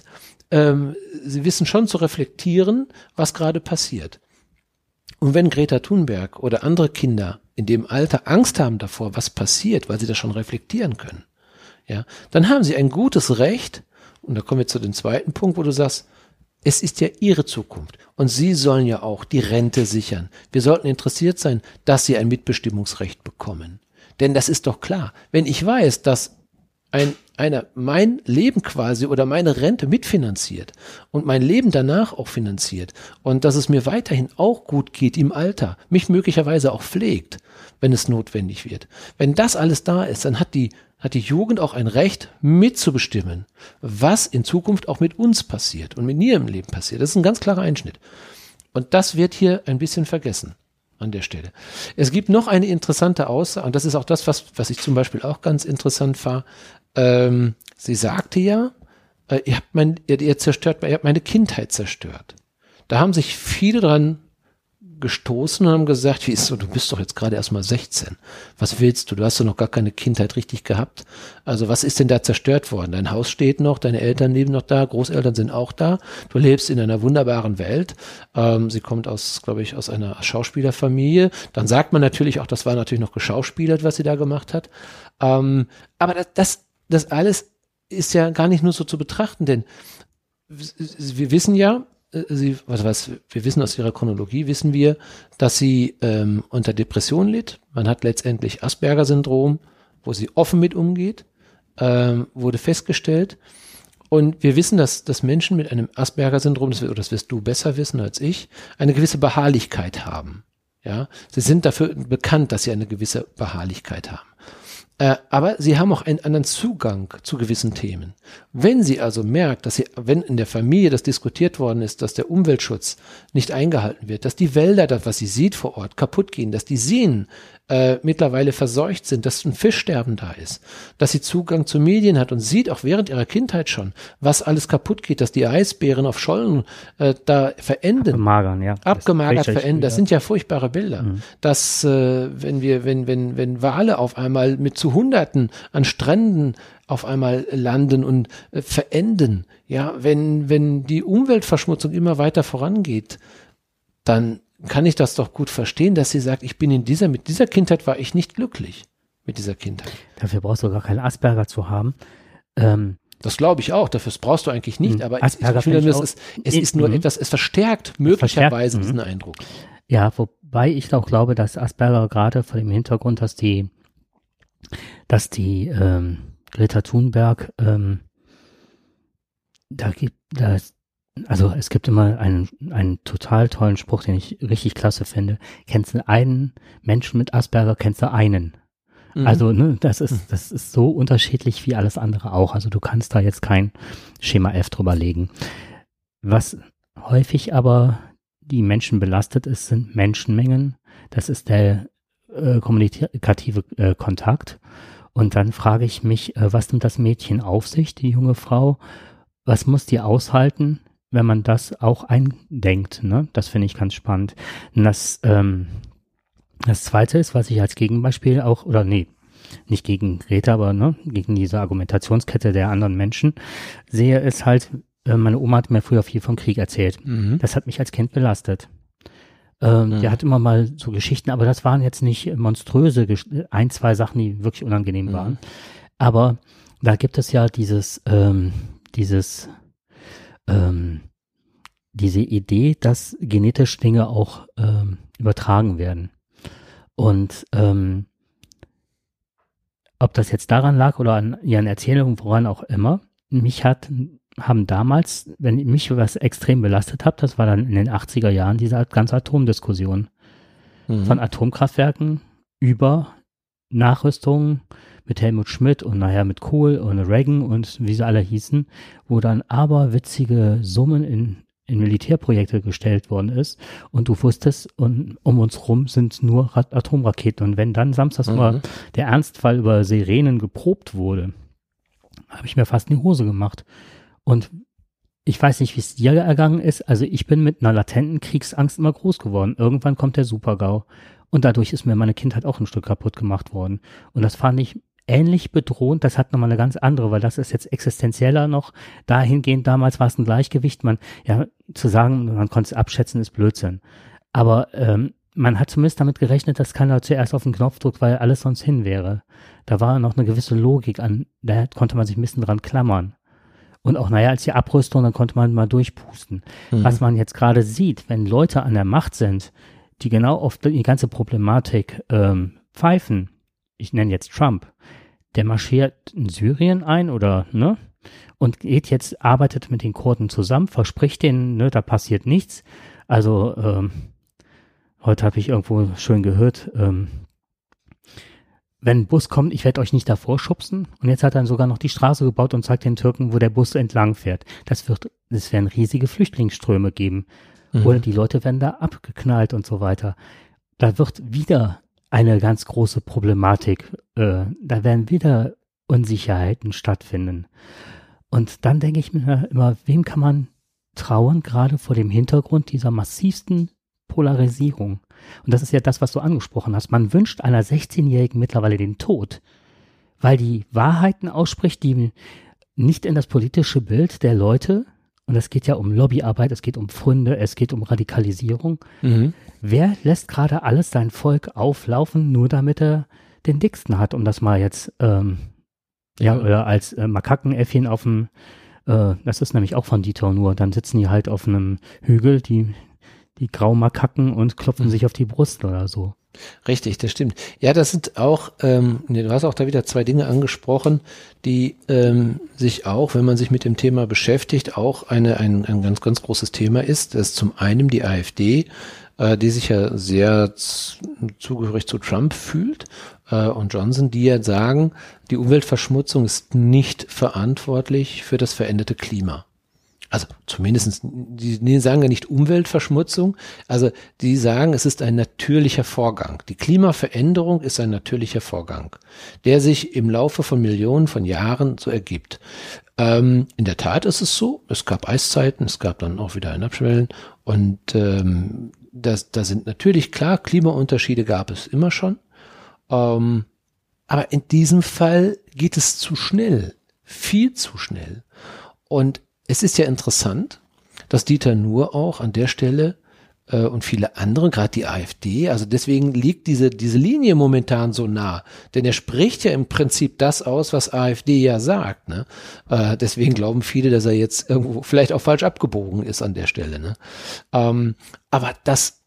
sie wissen schon zu reflektieren, was gerade passiert. Und wenn Greta Thunberg oder andere Kinder in dem Alter Angst haben davor, was passiert, weil sie das schon reflektieren können, ja, dann haben sie ein gutes Recht, und da kommen wir zu dem zweiten Punkt, wo du sagst, es ist ja ihre Zukunft und sie sollen ja auch die Rente sichern. Wir sollten interessiert sein, dass sie ein Mitbestimmungsrecht bekommen. Denn das ist doch klar, wenn ich weiß, dass einer mein Leben quasi oder meine Rente mitfinanziert und mein Leben danach auch finanziert und dass es mir weiterhin auch gut geht im Alter, mich möglicherweise auch pflegt, wenn es notwendig wird. Wenn das alles da ist, dann hat die Jugend auch ein Recht mitzubestimmen, was in Zukunft auch mit uns passiert und mit ihrem Leben passiert. Das ist ein ganz klarer Einschnitt. Und das wird hier ein bisschen vergessen. an der Stelle. Es gibt noch eine interessante Aussage, und das ist auch das, was ich zum Beispiel auch ganz interessant war. Sie sagte ja, ihr habt meine Kindheit zerstört. Da haben sich viele dran gestoßen und haben gesagt, wie ist so, du bist doch jetzt gerade erst mal 16. Was willst du? Du hast doch noch gar keine Kindheit richtig gehabt. Also was ist denn da zerstört worden? Dein Haus steht noch, deine Eltern leben noch da, Großeltern sind auch da. Du lebst in einer wunderbaren Welt. Sie kommt glaube ich, aus einer Schauspielerfamilie. Dann sagt man natürlich auch, das war natürlich noch geschauspielert, was sie da gemacht hat. Aber das alles ist ja gar nicht nur so zu betrachten, denn wir wissen ja, wir wissen aus ihrer Chronologie, wissen wir, dass sie unter Depression litt. Man hat letztendlich Asperger-Syndrom, wo sie offen mit umgeht, wurde festgestellt. Und wir wissen, dass Menschen mit einem Asperger-Syndrom, das wirst du besser wissen als ich, eine gewisse Beharrlichkeit haben. Ja, sie sind dafür bekannt, dass sie eine gewisse Beharrlichkeit haben. Aber sie haben auch einen anderen Zugang zu gewissen Themen. Wenn sie also merkt, wenn in der Familie das diskutiert worden ist, dass der Umweltschutz nicht eingehalten wird, dass die Wälder, das, was sie sieht vor Ort, kaputt gehen, dass die Seen mittlerweile verseucht sind, dass ein Fischsterben da ist, dass sie Zugang zu Medien hat und sieht auch während ihrer Kindheit schon, was alles kaputt geht, dass die Eisbären auf Schollen da verenden. Abgemagern, ja. Abgemagert verenden. Das sind ja furchtbare Bilder. Mhm. Dass wenn Wale auf einmal mit zu Hunderten an Stränden auf einmal landen und verenden, ja, wenn die Umweltverschmutzung immer weiter vorangeht, dann kann ich das doch gut verstehen, dass sie sagt, mit dieser Kindheit war ich nicht glücklich, mit dieser Kindheit. Dafür brauchst du gar keinen Asperger zu haben. Das glaube ich auch, dafür brauchst du eigentlich nicht, aber es ist nur etwas, es verstärkt möglicherweise diesen Eindruck. Ja, wobei ich auch glaube, dass Asperger gerade vor dem Hintergrund, dass die Greta Thunberg, es gibt immer einen total tollen Spruch, den ich richtig klasse finde. Kennst du einen Menschen mit Asperger, kennst du einen. Mhm. Also, das ist so unterschiedlich wie alles andere auch. Also du kannst da jetzt kein Schema F drüber legen. Was häufig aber die Menschen belastet ist, sind Menschenmengen. Das ist der kommunikative Kontakt. Und dann frage ich mich, was nimmt das Mädchen auf sich, die junge Frau? Was muss die aushalten, wenn man das auch eindenkt, ne? Das finde ich ganz spannend. Und das Zweite ist, was ich als Gegenbeispiel nicht gegen Greta, aber gegen diese Argumentationskette der anderen Menschen sehe, ist halt, meine Oma hat mir früher viel vom Krieg erzählt. Mhm. Das hat mich als Kind belastet. Der hat immer mal so Geschichten, aber das waren jetzt nicht monströse, ein, zwei Sachen, die wirklich unangenehm waren. Aber da gibt es ja diese Idee, dass genetisch Dinge auch übertragen werden. Und ob das jetzt daran lag oder an ihren Erzählungen, woran auch immer, haben damals, wenn mich was extrem belastet hat, das war dann in den 80er Jahren diese ganze Atomdiskussion. Von Atomkraftwerken über Nachrüstungen mit Helmut Schmidt und nachher mit Kohl und Reagan und wie sie alle hießen, wo dann aberwitzige Summen in Militärprojekte gestellt worden ist und du wusstest, und um uns rum sind nur Atomraketen. Und wenn dann samstags mal der Ernstfall über Sirenen geprobt wurde, habe ich mir fast in die Hose gemacht. Und ich weiß nicht, wie es dir ergangen ist. Also ich bin mit einer latenten Kriegsangst immer groß geworden. Irgendwann kommt der Super-GAU. Und dadurch ist mir meine Kindheit auch ein Stück kaputt gemacht worden. Und das fand ich ähnlich bedrohend. Das hat nochmal eine ganz andere, weil das ist jetzt existenzieller noch. Dahingehend, damals war es ein Gleichgewicht. Zu sagen, man konnte es abschätzen, ist Blödsinn. Aber man hat zumindest damit gerechnet, dass keiner zuerst auf den Knopf drückt, weil alles sonst hin wäre. Da war noch eine gewisse Logik an. Da konnte man sich ein bisschen dran klammern. Und auch, als die Abrüstung, dann konnte man mal durchpusten. Was man jetzt gerade sieht, wenn Leute an der Macht sind, die genau auf die ganze Problematik pfeifen, ich nenne jetzt Trump, der marschiert in Syrien ein und arbeitet mit den Kurden zusammen, verspricht denen, da passiert nichts. Also heute habe ich irgendwo schön gehört, wenn ein Bus kommt, ich werde euch nicht davor schubsen. Und jetzt hat er dann sogar noch die Straße gebaut und zeigt den Türken, wo der Bus entlang fährt. Es werden riesige Flüchtlingsströme geben. Oder die Leute werden da abgeknallt und so weiter. da wird wieder eine ganz große Problematik, da werden wieder Unsicherheiten stattfinden. Und dann denke ich mir immer, wem kann man trauen, gerade vor dem Hintergrund dieser massivsten Polarisierung? Und das ist ja das, was du angesprochen hast. Man wünscht einer 16-Jährigen mittlerweile den Tod, weil die Wahrheiten ausspricht, die nicht in das politische Bild der Leute, und es geht ja um Lobbyarbeit, es geht um Pfründe, es geht um Radikalisierung. Wer lässt gerade alles sein Volk auflaufen, nur damit er den dicksten hat, um das mal jetzt, oder als Makakenäffchen auf dem, das ist nämlich auch von Dieter Nuhr, dann sitzen die halt auf einem Hügel, die Graumakaken und klopfen sich auf die Brust oder so. Richtig, das stimmt. Ja, das sind auch, du hast auch da wieder zwei Dinge angesprochen, die sich auch, wenn man sich mit dem Thema beschäftigt, auch ein ganz, ganz großes Thema ist. Das ist zum einen die AfD, die sich ja sehr zugehörig zu Trump fühlt, und Johnson, die ja sagen, die Umweltverschmutzung ist nicht verantwortlich für das veränderte Klima. Also zumindestens, die sagen ja nicht Umweltverschmutzung, also die sagen, es ist ein natürlicher Vorgang. Die Klimaveränderung ist ein natürlicher Vorgang, der sich im Laufe von Millionen von Jahren so ergibt. In der Tat ist es so, es gab Eiszeiten, es gab dann auch wieder ein Abschwellen und da sind natürlich klar, Klimaunterschiede gab es immer schon, aber in diesem Fall geht es zu schnell, viel zu schnell. Und es ist ja interessant, dass Dieter Nuhr auch an der Stelle und viele andere, gerade die AfD, also deswegen liegt diese Linie momentan so nah, denn er spricht ja im Prinzip das aus, was AfD ja sagt, ne? Deswegen glauben viele, dass er jetzt irgendwo vielleicht auch falsch abgebogen ist an der Stelle, ne? Aber dass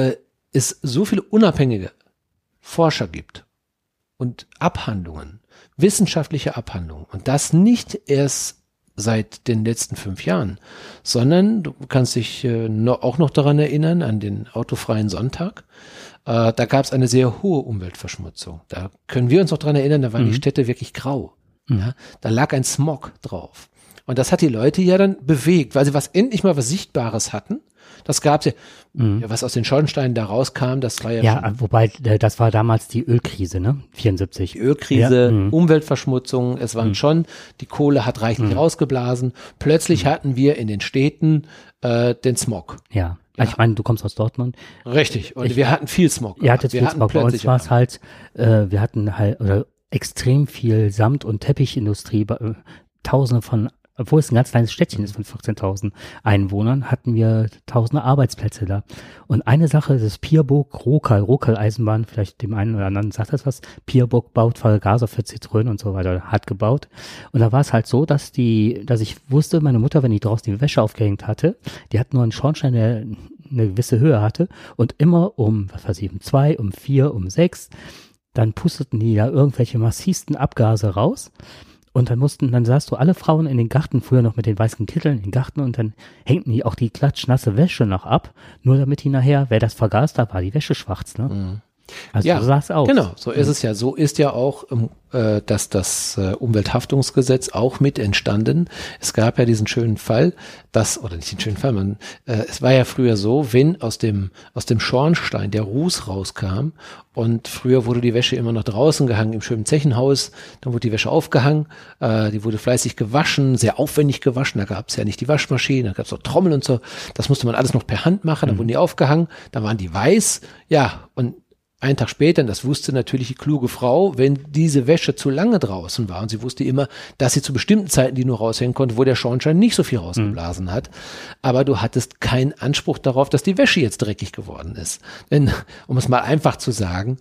es so viele unabhängige Forscher gibt und Abhandlungen, wissenschaftliche Abhandlungen und das nicht erst seit den letzten 5 Jahren, sondern du kannst dich auch noch daran erinnern, an den autofreien Sonntag. Da gab es eine sehr hohe Umweltverschmutzung. Da können wir uns noch daran erinnern, da waren die Städte wirklich grau. Ja? Da lag ein Smog drauf. Und das hat die Leute ja dann bewegt, weil sie endlich mal was Sichtbares hatten. Das gab's ja, was aus den Schornsteinen da rauskam, das war ja schon, wobei, das war damals die Ölkrise, ne? 74. Die Ölkrise, Umweltverschmutzung, es waren schon, die Kohle hat reichlich rausgeblasen. Plötzlich hatten wir in den Städten den Smog. Ja. Ich meine, du kommst aus Dortmund. Richtig. Und wir hatten viel Smog. Ihr hattet viel Smog. Bei uns war es halt, wir hatten halt, oder extrem viel Samt- und Teppichindustrie, Tausende von, obwohl es ein ganz kleines Städtchen ist von 14.000 Einwohnern, hatten wir tausende Arbeitsplätze da. Und eine Sache ist Pierburg, Rocal Eisenbahn, vielleicht dem einen oder anderen sagt das was. Pierburg baut Vergaser für Zitrönen und so weiter, hat gebaut. Und da war es halt so, dass ich wusste, meine Mutter, wenn die draußen die Wäsche aufgehängt hatte, die hat nur einen Schornstein, der eine gewisse Höhe hatte und immer um 2, um 4, um 6, dann pusteten die da irgendwelche massivsten Abgase raus. Und dann sahst du alle Frauen in den Garten, früher noch mit den weißen Kitteln in den Garten, und dann hängten die auch die klatschnasse Wäsche noch ab, nur damit die nachher, wer das vergaß, da war die Wäsche schwarz, ne? Also ja, so sah es aus. Genau, so ist es ja. So ist ja auch das Umwelthaftungsgesetz auch mit entstanden. Es gab ja diesen schönen Fall, oder nicht den schönen Fall, es war ja früher so, wenn aus dem Schornstein der Ruß rauskam, und früher wurde die Wäsche immer nach draußen gehangen, im schönen Zechenhaus, dann wurde die Wäsche aufgehangen, die wurde fleißig gewaschen, sehr aufwendig gewaschen, da gab es ja nicht die Waschmaschine, da gab es auch Trommeln und so, das musste man alles noch per Hand machen, dann wurden die aufgehangen, dann waren die weiß, ja, und einen Tag später, und das wusste natürlich die kluge Frau, wenn diese Wäsche zu lange draußen war, und sie wusste immer, dass sie zu bestimmten Zeiten die nur raushängen konnte, wo der Schornstein nicht so viel rausgeblasen hat, aber du hattest keinen Anspruch darauf, dass die Wäsche jetzt dreckig geworden ist. Denn, um es mal einfach zu sagen,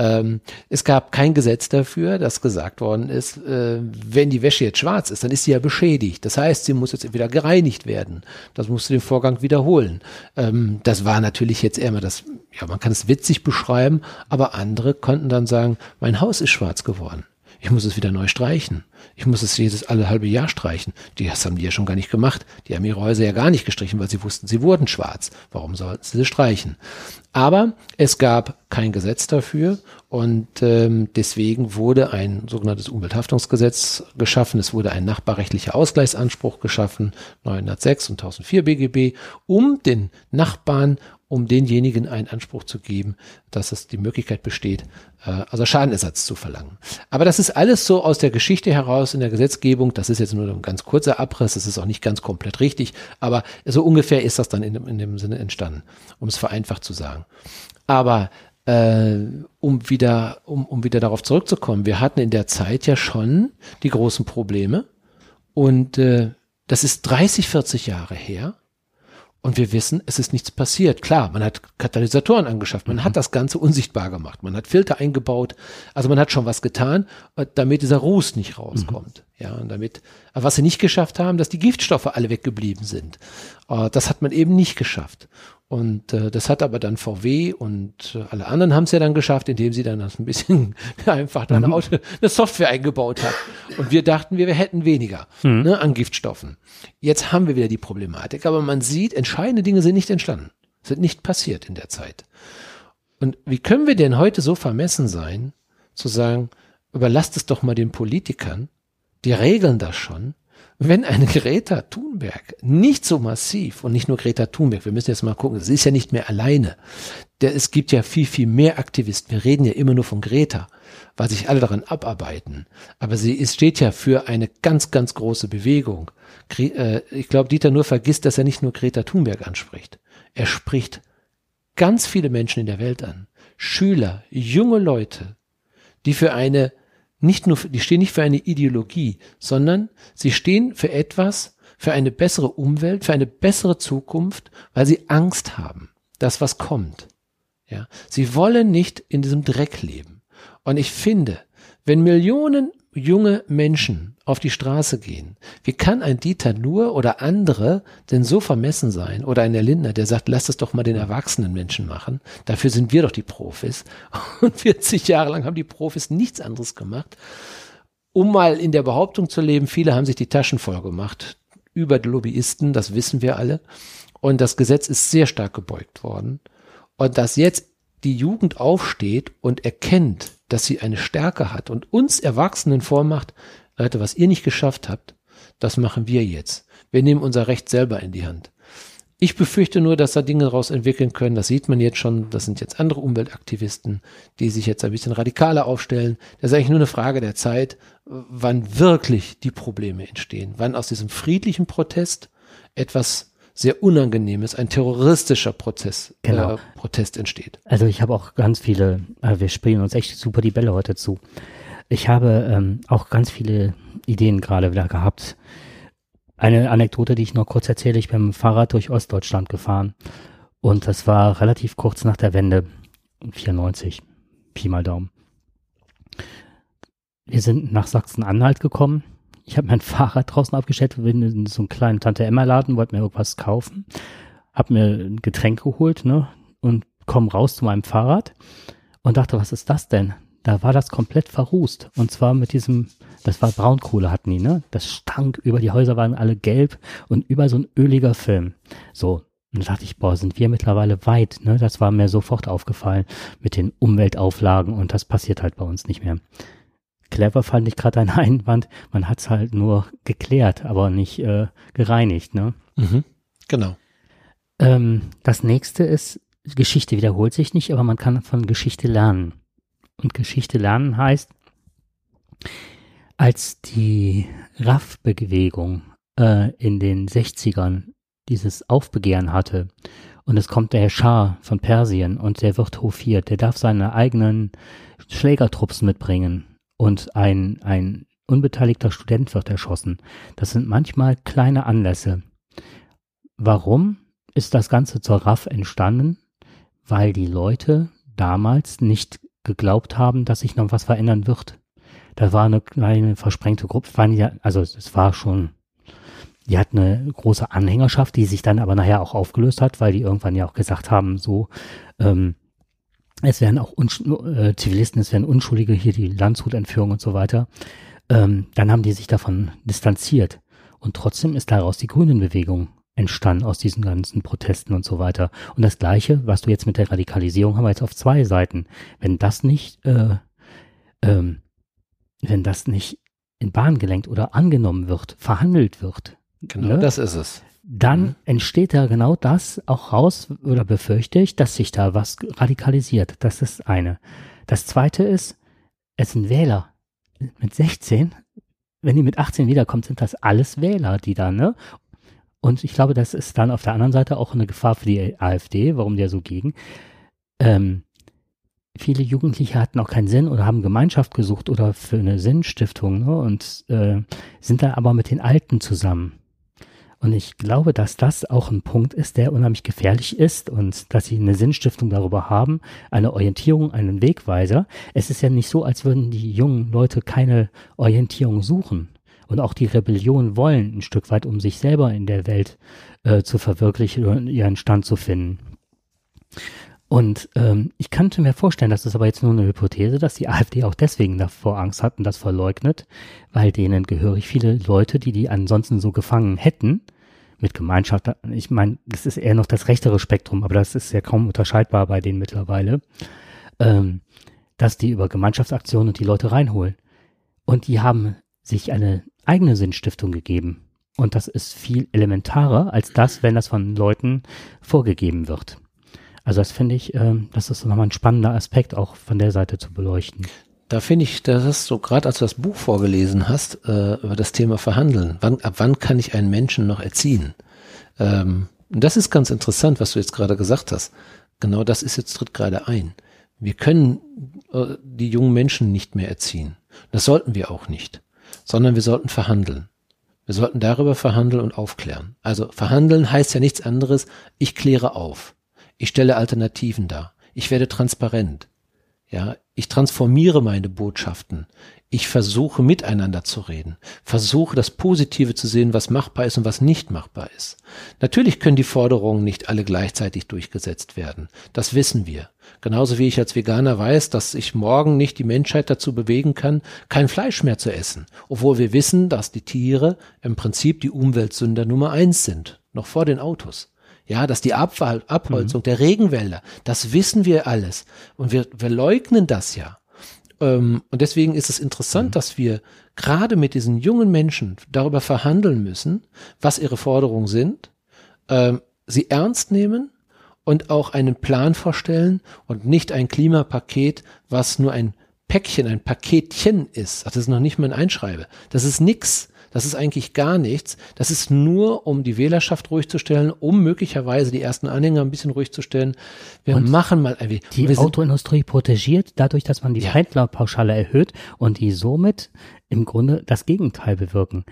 es gab kein Gesetz dafür, dass gesagt worden ist, wenn die Wäsche jetzt schwarz ist, dann ist sie ja beschädigt. Das heißt, sie muss jetzt wieder gereinigt werden. Das musst du den Vorgang wiederholen. Das war natürlich jetzt eher mal man kann es witzig beschreiben, aber andere konnten dann sagen, mein Haus ist schwarz geworden. Ich muss es wieder neu streichen. Ich muss es alle halbe Jahr streichen. Das haben die ja schon gar nicht gemacht. Die haben ihre Häuser ja gar nicht gestrichen, weil sie wussten, sie wurden schwarz. Warum sollten sie streichen? Aber es gab kein Gesetz dafür, und deswegen wurde ein sogenanntes Umwelthaftungsgesetz geschaffen. Es wurde ein nachbarrechtlicher Ausgleichsanspruch geschaffen, 906 und 1004 BGB, um den Nachbarn um denjenigen einen Anspruch zu geben, dass es die Möglichkeit besteht, also Schadenersatz zu verlangen. Aber das ist alles so aus der Geschichte heraus in der Gesetzgebung. Das ist jetzt nur ein ganz kurzer Abriss, das ist auch nicht ganz komplett richtig, aber so ungefähr ist das dann in dem Sinne entstanden, um es vereinfacht zu sagen. Aber um wieder darauf zurückzukommen, wir hatten in der Zeit ja schon die großen Probleme und das ist 30, 40 Jahre her. Und wir wissen, es ist nichts passiert. Klar, man hat Katalysatoren angeschafft, man hat das Ganze unsichtbar gemacht, man hat Filter eingebaut, also man hat schon was getan, damit dieser Ruß nicht rauskommt. Ja, und aber was sie nicht geschafft haben, dass die Giftstoffe alle weggeblieben sind. Das hat man eben nicht geschafft. Und das hat aber dann VW und alle anderen haben es ja dann geschafft, indem sie dann das ein bisschen einfach dann eine Software eingebaut hat. Und wir dachten, wir hätten weniger an Giftstoffen. Jetzt haben wir wieder die Problematik, aber man sieht, entscheidende Dinge sind nicht entstanden, sind nicht passiert in der Zeit. Und wie können wir denn heute so vermessen sein, zu sagen, überlasst es doch mal den Politikern, die regeln das schon. Wenn eine Greta Thunberg nicht so massiv und nicht nur Greta Thunberg, wir müssen jetzt mal gucken, sie ist ja nicht mehr alleine. Es gibt ja viel, viel mehr Aktivisten. Wir reden ja immer nur von Greta, weil sich alle daran abarbeiten. Aber sie steht ja für eine ganz, ganz große Bewegung. Ich glaube, Dieter nur vergisst, dass er nicht nur Greta Thunberg anspricht. Er spricht ganz viele Menschen in der Welt an. Schüler, junge Leute, die die stehen nicht für eine Ideologie, sondern sie stehen für etwas, für eine bessere Umwelt, für eine bessere Zukunft, weil sie Angst haben, dass was kommt. Ja, sie wollen nicht in diesem Dreck leben. Und ich finde, wenn Millionen junge Menschen auf die Straße gehen, wie kann ein Dieter Nuhr oder andere denn so vermessen sein? Oder ein Herr Lindner, der sagt, lasst es doch mal den erwachsenen Menschen machen. Dafür sind wir doch die Profis. Und 40 Jahre lang haben die Profis nichts anderes gemacht, um mal in der Behauptung zu leben, viele haben sich die Taschen voll gemacht über die Lobbyisten, das wissen wir alle. Und das Gesetz ist sehr stark gebeugt worden. Und dass jetzt die Jugend aufsteht und erkennt, dass sie eine Stärke hat und uns Erwachsenen vormacht, Leute, was ihr nicht geschafft habt, das machen wir jetzt. Wir nehmen unser Recht selber in die Hand. Ich befürchte nur, dass da Dinge daraus entwickeln können, das sieht man jetzt schon, das sind jetzt andere Umweltaktivisten, die sich jetzt ein bisschen radikaler aufstellen. Das ist eigentlich nur eine Frage der Zeit, wann wirklich die Probleme entstehen, wann aus diesem friedlichen Protest etwas sehr Unangenehmes, ein terroristischer Protest entsteht. Also ich habe auch ganz viele, wir spielen uns echt super die Bälle heute zu. Ich habe auch ganz viele Ideen gerade wieder gehabt. Eine Anekdote, die ich noch kurz erzähle, ich bin mit dem Fahrrad durch Ostdeutschland gefahren und das war relativ kurz nach der Wende, 94, Pi mal Daumen. Wir sind nach Sachsen-Anhalt gekommen. Ich habe mein Fahrrad draußen abgestellt, bin in so einen kleinen Tante-Emma-Laden, wollte mir irgendwas kaufen, habe mir ein Getränk geholt, und komme raus zu meinem Fahrrad und dachte, was ist das denn? Da war das komplett verrußt und zwar das war Braunkohle hatten die, das stank, über die Häuser waren alle gelb und über so ein öliger Film. So, und da dachte ich, sind wir mittlerweile weit, das war mir sofort aufgefallen mit den Umweltauflagen und das passiert halt bei uns nicht mehr. Clever fand ich gerade einen Einwand, man hat es halt nur geklärt, aber nicht gereinigt, Genau. Das nächste ist, Geschichte wiederholt sich nicht, aber man kann von Geschichte lernen. Und Geschichte lernen heißt, als die RAF-Bewegung in den 60ern dieses Aufbegehren hatte und es kommt der Schah von Persien und der wird hofiert, der darf seine eigenen Schlägertrupps mitbringen. Und ein unbeteiligter Student wird erschossen. Das sind manchmal kleine Anlässe. Warum ist das Ganze zur RAF entstanden? Weil die Leute damals nicht geglaubt haben, dass sich noch was verändern wird. Da war eine kleine versprengte Gruppe, die hat eine große Anhängerschaft, die sich dann aber nachher auch aufgelöst hat, weil die irgendwann ja auch gesagt haben, es werden auch Zivilisten, es werden Unschuldige, hier die Landshut-Entführung und so weiter. Dann haben die sich davon distanziert. Und trotzdem ist daraus die Grünenbewegung entstanden, aus diesen ganzen Protesten und so weiter. Und das Gleiche, was du jetzt mit der Radikalisierung haben wir jetzt auf zwei Seiten. Wenn das nicht in Bahn gelenkt oder angenommen wird, verhandelt wird. Genau, das ist es. dann entsteht da genau das auch raus, oder befürchte ich, dass sich da was radikalisiert. Das ist eine. Das zweite ist, es sind Wähler mit 16. Wenn die mit 18 wiederkommen, sind das alles Wähler, die da, ne? Und ich glaube, das ist dann auf der anderen Seite auch eine Gefahr für die AfD, warum die ja so gegen. Viele Jugendliche hatten auch keinen Sinn oder haben Gemeinschaft gesucht oder für eine Sinnstiftung, ne? Und sind da aber mit den Alten zusammen. Und ich glaube, dass das auch ein Punkt ist, der unheimlich gefährlich ist und dass sie eine Sinnstiftung darüber haben, eine Orientierung, einen Wegweiser. Es ist ja nicht so, als würden die jungen Leute keine Orientierung suchen und auch die Rebellion wollen ein Stück weit, um sich selber in der Welt zu verwirklichen und ihren Stand zu finden. Und ich könnte mir vorstellen, das ist aber jetzt nur eine Hypothese, dass die AfD auch deswegen davor Angst hat und das verleugnet, weil denen gehörig viele Leute, die ansonsten so gefangen hätten, mit Gemeinschaft, ich meine, das ist eher noch das rechtere Spektrum, aber das ist ja kaum unterscheidbar bei denen mittlerweile, dass die über Gemeinschaftsaktionen und die Leute reinholen. Und die haben sich eine eigene Sinnstiftung gegeben. Und das ist viel elementarer als das, wenn das von Leuten vorgegeben wird. Also das finde ich, das ist nochmal ein spannender Aspekt, auch von der Seite zu beleuchten. Da finde ich, das ist so, gerade als du das Buch vorgelesen hast, über das Thema Verhandeln. Ab wann kann ich einen Menschen noch erziehen? Das ist ganz interessant, was du jetzt gerade gesagt hast. Genau das tritt gerade ein. Wir können die jungen Menschen nicht mehr erziehen. Das sollten wir auch nicht, sondern wir sollten verhandeln. Wir sollten darüber verhandeln und aufklären. Also verhandeln heißt ja nichts anderes, ich kläre auf. Ich stelle Alternativen dar. Ich werde transparent. Ja, ich transformiere meine Botschaften. Ich versuche miteinander zu reden. Versuche das Positive zu sehen, was machbar ist und was nicht machbar ist. Natürlich können die Forderungen nicht alle gleichzeitig durchgesetzt werden. Das wissen wir. Genauso wie ich als Veganer weiß, dass ich morgen nicht die Menschheit dazu bewegen kann, kein Fleisch mehr zu essen. Obwohl wir wissen, dass die Tiere im Prinzip die Umweltsünder Nummer 1 sind. Noch vor den Autos. Ja, dass die Abholzung der Regenwälder, das wissen wir alles. Und wir leugnen das ja. Und deswegen ist es interessant, dass wir gerade mit diesen jungen Menschen darüber verhandeln müssen, was ihre Forderungen sind, sie ernst nehmen und auch einen Plan vorstellen und nicht ein Klimapaket, was nur ein Päckchen, ein Paketchen ist. Ach, das ist noch nicht mal ein Einschreibe. Das ist nix. Das ist eigentlich gar nichts. Das ist nur, um die Wählerschaft ruhig zu stellen, um möglicherweise die ersten Anhänger ein bisschen ruhig zu stellen. Wir machen mal ein wenig. Die Autoindustrie protegiert dadurch, dass man die Pendlerpauschale erhöht und die somit im Grunde das Gegenteil bewirken.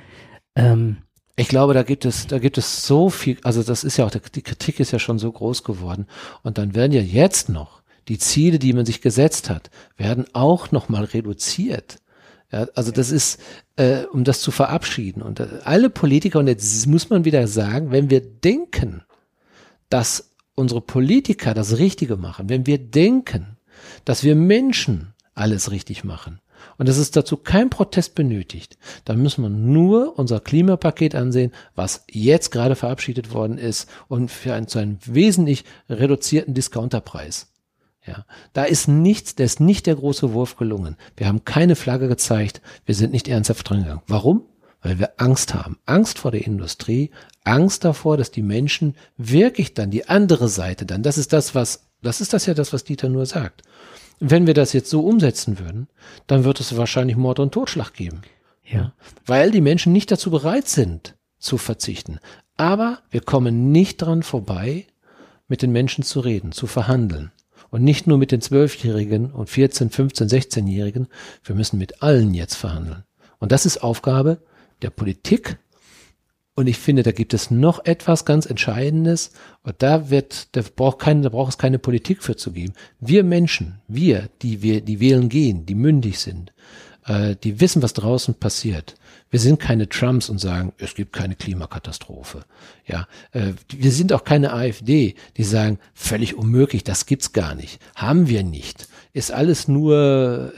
Ich glaube, da gibt es so viel, also das ist ja auch, die Kritik ist ja schon so groß geworden. Und dann werden ja jetzt noch die Ziele, die man sich gesetzt hat, werden auch noch mal reduziert. Ja, also das ist, um das zu verabschieden. Und alle Politiker, und jetzt muss man wieder sagen, wenn wir denken, dass unsere Politiker das Richtige machen, wenn wir denken, dass wir Menschen alles richtig machen und dass es dazu kein Protest benötigt, dann müssen wir nur unser Klimapaket ansehen, was jetzt gerade verabschiedet worden ist und zu einem wesentlich reduzierten Discounterpreis. Ja, da ist nichts, da ist nicht der große Wurf gelungen. Wir haben keine Flagge gezeigt, wir sind nicht ernsthaft drin gegangen. Warum? Weil wir Angst haben. Angst vor der Industrie, Angst davor, dass die Menschen wirklich dann die andere Seite dann, das ist das, was Dieter nur sagt. Wenn wir das jetzt so umsetzen würden, dann wird es wahrscheinlich Mord und Totschlag geben. Ja. Weil die Menschen nicht dazu bereit sind, zu verzichten. Aber wir kommen nicht dran vorbei, mit den Menschen zu reden, zu verhandeln. Und nicht nur mit den 12-Jährigen und 14-, 15-, 16-Jährigen. Wir müssen mit allen jetzt verhandeln. Und das ist Aufgabe der Politik. Und ich finde, da gibt es noch etwas ganz Entscheidendes. Und da braucht es keine Politik für zu geben. Wir Menschen, die wählen gehen, die mündig sind, die wissen, was draußen passiert. Wir sind keine Trumps und sagen, es gibt keine Klimakatastrophe. Ja, wir sind auch keine AfD, die sagen, völlig unmöglich, das gibt's gar nicht. Haben wir nicht. Ist alles nur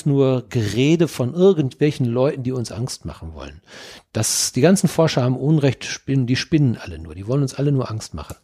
Gerede von irgendwelchen Leuten, die uns Angst machen wollen. Die ganzen Forscher haben Unrecht, die spinnen alle nur, die wollen uns alle nur Angst machen.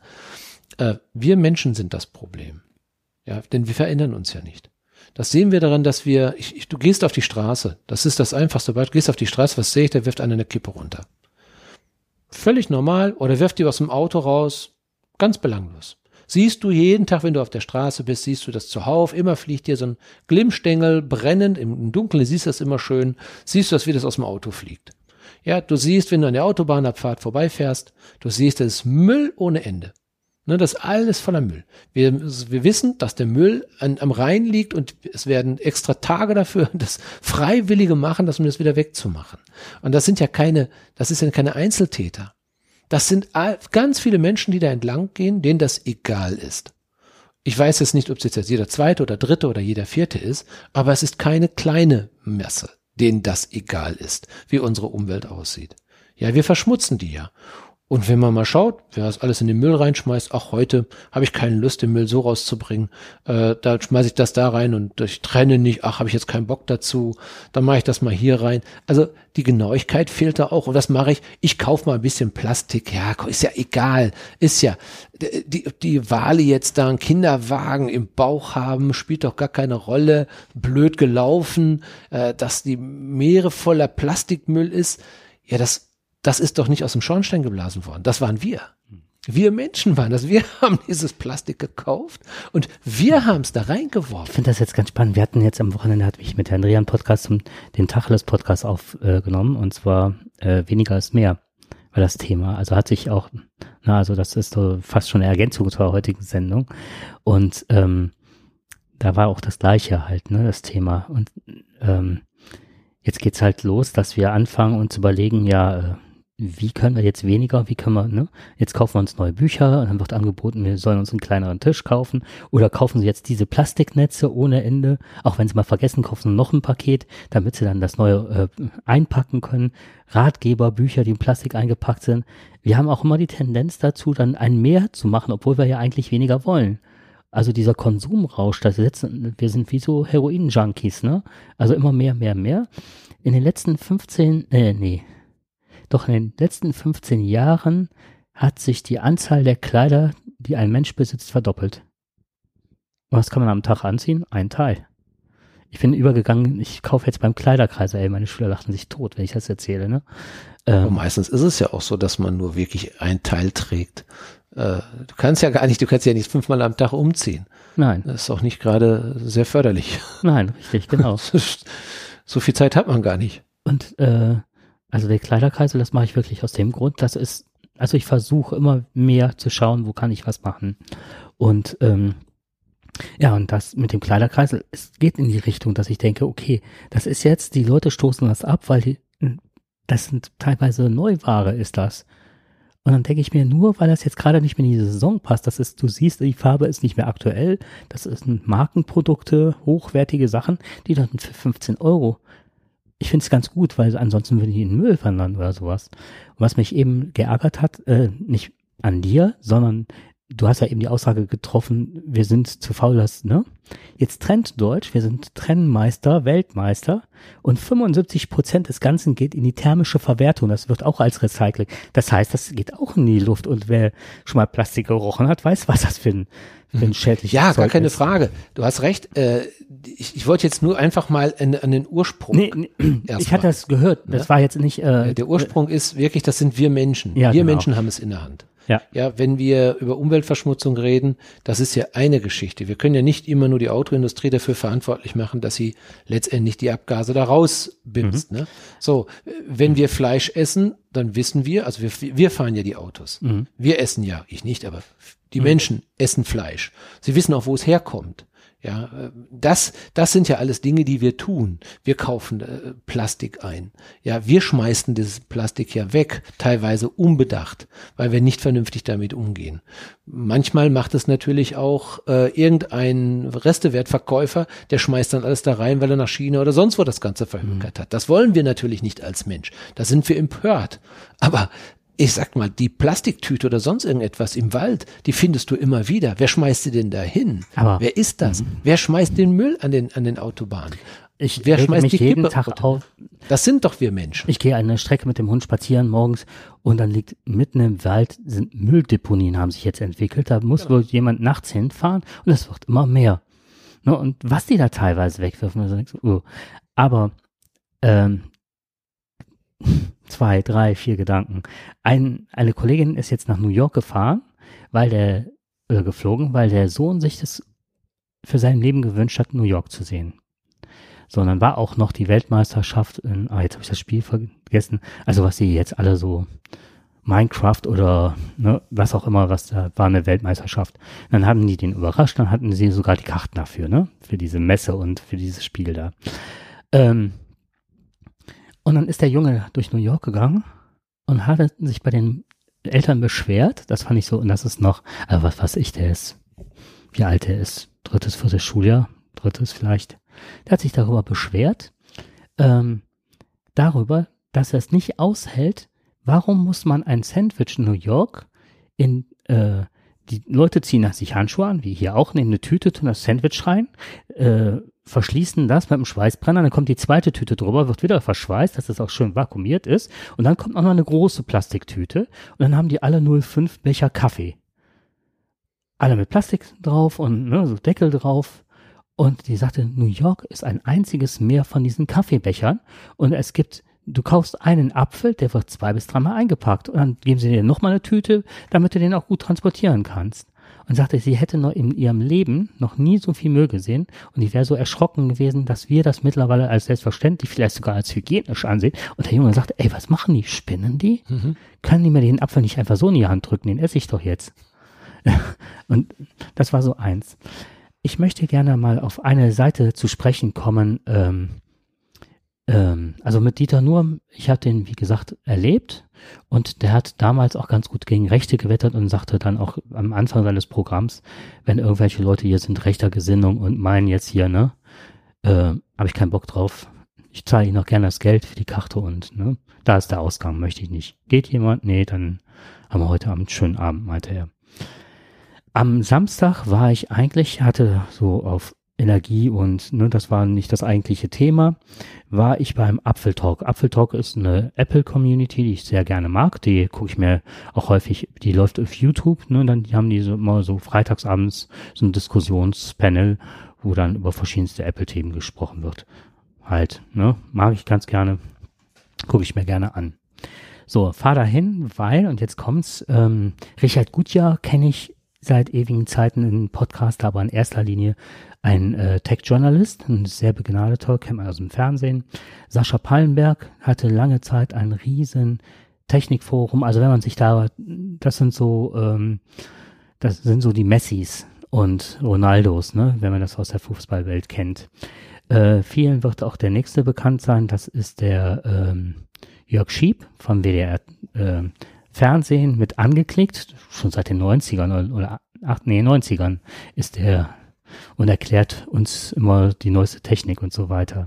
Wir Menschen sind das Problem. Ja, denn wir verändern uns ja nicht. Das sehen wir daran, dass du gehst auf die Straße. Das ist das Einfachste. Du gehst auf die Straße, was sehe ich? Da wirft einer eine Kippe runter. Völlig normal. Oder wirft die aus dem Auto raus. Ganz belanglos. Siehst du jeden Tag, wenn du auf der Straße bist, siehst du das zuhauf. Immer fliegt dir so ein Glimmstängel brennend. Im Dunkeln siehst du das immer schön. Siehst du das, wie das aus dem Auto fliegt. Ja, du siehst, wenn du an der Autobahnabfahrt vorbeifährst, du siehst, das ist Müll ohne Ende. Ne, das ist alles voller Müll. Wir wissen, dass der Müll am Rhein liegt und es werden extra Tage dafür, das Freiwillige machen, um das wieder wegzumachen. Und das ist ja keine Einzeltäter. Das sind ganz viele Menschen, die da entlang gehen, denen das egal ist. Ich weiß jetzt nicht, ob es jetzt jeder zweite oder dritte oder jeder vierte ist, aber es ist keine kleine Masse, denen das egal ist, wie unsere Umwelt aussieht. Ja, wir verschmutzen die ja. Und wenn man mal schaut, wer das alles in den Müll reinschmeißt, auch heute habe ich keine Lust, den Müll so rauszubringen, da schmeiße ich das da rein und ich trenne nicht, habe ich jetzt keinen Bock dazu, dann mache ich das mal hier rein. Also die Genauigkeit fehlt da auch und was mache ich? Ich kaufe mal ein bisschen Plastik, ja, ist ja egal, ist ja, die Wale jetzt da einen Kinderwagen im Bauch haben, spielt doch gar keine Rolle, blöd gelaufen, dass die Meere voller Plastikmüll ist, ja, das ist doch nicht aus dem Schornstein geblasen worden. Das waren wir. Wir Menschen waren das. Wir haben dieses Plastik gekauft und wir haben es da reingeworfen. Ich finde das jetzt ganz spannend. Wir hatten jetzt am Wochenende, hatte ich mit Herrn Andrea einen Podcast, den Tacheles-Podcast aufgenommen und zwar weniger ist mehr war das Thema. Also hat sich auch, also das ist so fast schon eine Ergänzung zur heutigen Sendung und da war auch das Gleiche halt, ne, das Thema. Und jetzt geht's halt los, dass wir anfangen uns zu überlegen, ja, wie können wir jetzt weniger, jetzt kaufen wir uns neue Bücher und dann wird angeboten, wir sollen uns einen kleineren Tisch kaufen oder kaufen Sie jetzt diese Plastiknetze ohne Ende, auch wenn Sie mal vergessen, kaufen Sie noch ein Paket, damit Sie dann das neue einpacken können, Ratgeber, Bücher, die in Plastik eingepackt sind. Wir haben auch immer die Tendenz dazu, dann ein Mehr zu machen, obwohl wir ja eigentlich weniger wollen. Also dieser Konsumrausch, wir sind wie so Heroin-Junkies, ne? Also immer mehr, mehr, mehr. In den letzten 15 Jahren hat sich die Anzahl der Kleider, die ein Mensch besitzt, verdoppelt. Was kann man am Tag anziehen? Ein Teil. Ich bin übergegangen, ich kaufe jetzt beim Kleiderkreis, meine Schüler lachen sich tot, wenn ich das erzähle, ne? Und meistens ist es ja auch so, dass man nur wirklich ein Teil trägt. Du kannst ja nicht 5-mal am Tag umziehen. Nein. Das ist auch nicht gerade sehr förderlich. Nein, richtig, genau. So viel Zeit hat man gar nicht. Und also der Kleiderkreisel, das mache ich wirklich aus dem Grund, also ich versuche immer mehr zu schauen, wo kann ich was machen. Und und das mit dem Kleiderkreisel, es geht in die Richtung, dass ich denke, okay, das ist jetzt, die Leute stoßen das ab, weil das sind teilweise Neuware ist das. Und dann denke ich mir, nur weil das jetzt gerade nicht mehr in die Saison passt, du siehst, die Farbe ist nicht mehr aktuell, das sind Markenprodukte, hochwertige Sachen, die dann für 15 €. Ich finde es ganz gut, weil ansonsten würde ich in den Müll wandern oder sowas. Und was mich eben geärgert hat, nicht an dir, sondern du hast ja eben die Aussage getroffen, wir sind zu faul, ne? Jetzt trennt Deutsch, wir sind Trennmeister, Weltmeister und 75% des Ganzen geht in die thermische Verwertung. Das wird auch als Recycling. Das heißt, das geht auch in die Luft und wer schon mal Plastik gerochen hat, weiß, was das für ein schädliches Ja, Zeug gar keine ist. Frage. Du hast recht. Ich wollte jetzt nur einfach mal an den Ursprung. Nee, ich hatte das gehört. Das war jetzt nicht. Der Ursprung ist wirklich, das sind wir Menschen. Ja, wir genau. Menschen haben es in der Hand. Ja, wenn wir über Umweltverschmutzung reden, das ist ja eine Geschichte. Wir können ja nicht immer nur die Autoindustrie dafür verantwortlich machen, dass sie letztendlich die Abgase da rausbimst. Ne? So, wenn wir Fleisch essen, dann wissen wir, also wir fahren ja die Autos. Wir essen ja, ich nicht, aber die Menschen essen Fleisch. Sie wissen auch, wo es herkommt. Ja, das sind ja alles Dinge, die wir tun. Wir kaufen Plastik ein. Ja, wir schmeißen dieses Plastik ja weg, teilweise unbedacht, weil wir nicht vernünftig damit umgehen. Manchmal macht es natürlich auch irgendein Restewertverkäufer, der schmeißt dann alles da rein, weil er nach China oder sonst wo das Ganze verhökert hat. Das wollen wir natürlich nicht als Mensch. Da sind wir empört. Aber ich sag mal, die Plastiktüte oder sonst irgendetwas im Wald, die findest du immer wieder. Wer schmeißt sie denn da hin? Wer ist das? Wer schmeißt den Müll an den Autobahnen? Wer schmeißt die jeden Kippe Tag auf? Das sind doch wir Menschen. Ich gehe eine Strecke mit dem Hund spazieren morgens und dann liegt mitten im Wald, sind Mülldeponien, haben sich jetzt entwickelt. Da muss wohl jemand nachts hinfahren und es wird immer mehr. Ne? Und was die da teilweise wegwerfen, also aber 2, 3, 4 Gedanken. Eine Kollegin ist jetzt nach New York gefahren, geflogen, weil der Sohn sich das für sein Leben gewünscht hat, New York zu sehen. So, und dann war auch noch die Weltmeisterschaft jetzt habe ich das Spiel vergessen, also was sie jetzt alle so Minecraft oder ne, was auch immer, was da war, eine Weltmeisterschaft. Und dann haben die den überrascht, dann hatten sie sogar die Karten dafür, ne, für diese Messe und für dieses Spiel da. Und dann ist der Junge durch New York gegangen und hat sich bei den Eltern beschwert, das fand ich so, und das ist noch, also was weiß ich, der ist, wie alt der ist, 3., 4. Schuljahr, 3. vielleicht, der hat sich darüber beschwert, darüber, dass er es nicht aushält, warum muss man ein Sandwich in New York die Leute ziehen sich Handschuhe an, wie hier auch, nehmen eine Tüte, tun das Sandwich rein, verschließen das mit einem Schweißbrenner, dann kommt die zweite Tüte drüber, wird wieder verschweißt, dass das auch schön vakuumiert ist und dann kommt noch mal eine große Plastiktüte und dann haben die alle 0,5 Becher Kaffee. Alle mit Plastik drauf und ne, so Deckel drauf und die sagte, New York ist ein einziges Meer von diesen Kaffeebechern und du kaufst einen Apfel, der wird 2 bis 3 Mal eingepackt und dann geben sie dir nochmal eine Tüte, damit du den auch gut transportieren kannst. Und sagte, sie hätte noch in ihrem Leben noch nie so viel Müll gesehen und die wäre so erschrocken gewesen, dass wir das mittlerweile als selbstverständlich, vielleicht sogar als hygienisch ansehen. Und der Junge sagte, ey, was machen die? Spinnen die? Können die mir den Apfel nicht einfach so in die Hand drücken? Den esse ich doch jetzt. Und das war so eins. Ich möchte gerne mal auf eine Seite zu sprechen kommen, also mit Dieter Nuhr, ich habe den, wie gesagt, erlebt und der hat damals auch ganz gut gegen Rechte gewettert und sagte dann auch am Anfang seines Programms, wenn irgendwelche Leute hier sind rechter Gesinnung und meinen jetzt hier, ne, habe ich keinen Bock drauf. Ich zahle Ihnen auch gerne das Geld für die Karte und ne, da ist der Ausgang, möchte ich nicht. Geht jemand? Nee, dann haben wir heute Abend einen schönen Abend, meinte er. Am Samstag hatte so auf Energie und ne, das war nicht das eigentliche Thema, war ich beim Apfeltalk. Apfeltalk ist eine Apple-Community, die ich sehr gerne mag. Die gucke ich mir auch häufig, die läuft auf YouTube. Ne, dann haben die so immer so freitagsabends so ein Diskussionspanel, wo dann über verschiedenste Apple-Themen gesprochen wird. Halt, ne, mag ich ganz gerne, gucke ich mir gerne an. So, fahr dahin, weil, und jetzt kommt's, Richard Gutjahr kenne ich seit ewigen Zeiten im Podcast, aber in erster Linie ein Tech-Journalist, ein sehr begnadeter, kennt man aus dem Fernsehen. Sascha Pallenberg hatte lange Zeit ein riesen Technikforum, also wenn man sich das sind so die Messis und Ronaldos, ne, wenn man das aus der Fußballwelt kennt. Vielen wird auch der nächste bekannt sein, das ist der Jörg Schieb vom WDR Fernsehen mit angeklickt, schon seit den 90ern oder 90ern ist er und erklärt uns immer die neueste Technik und so weiter.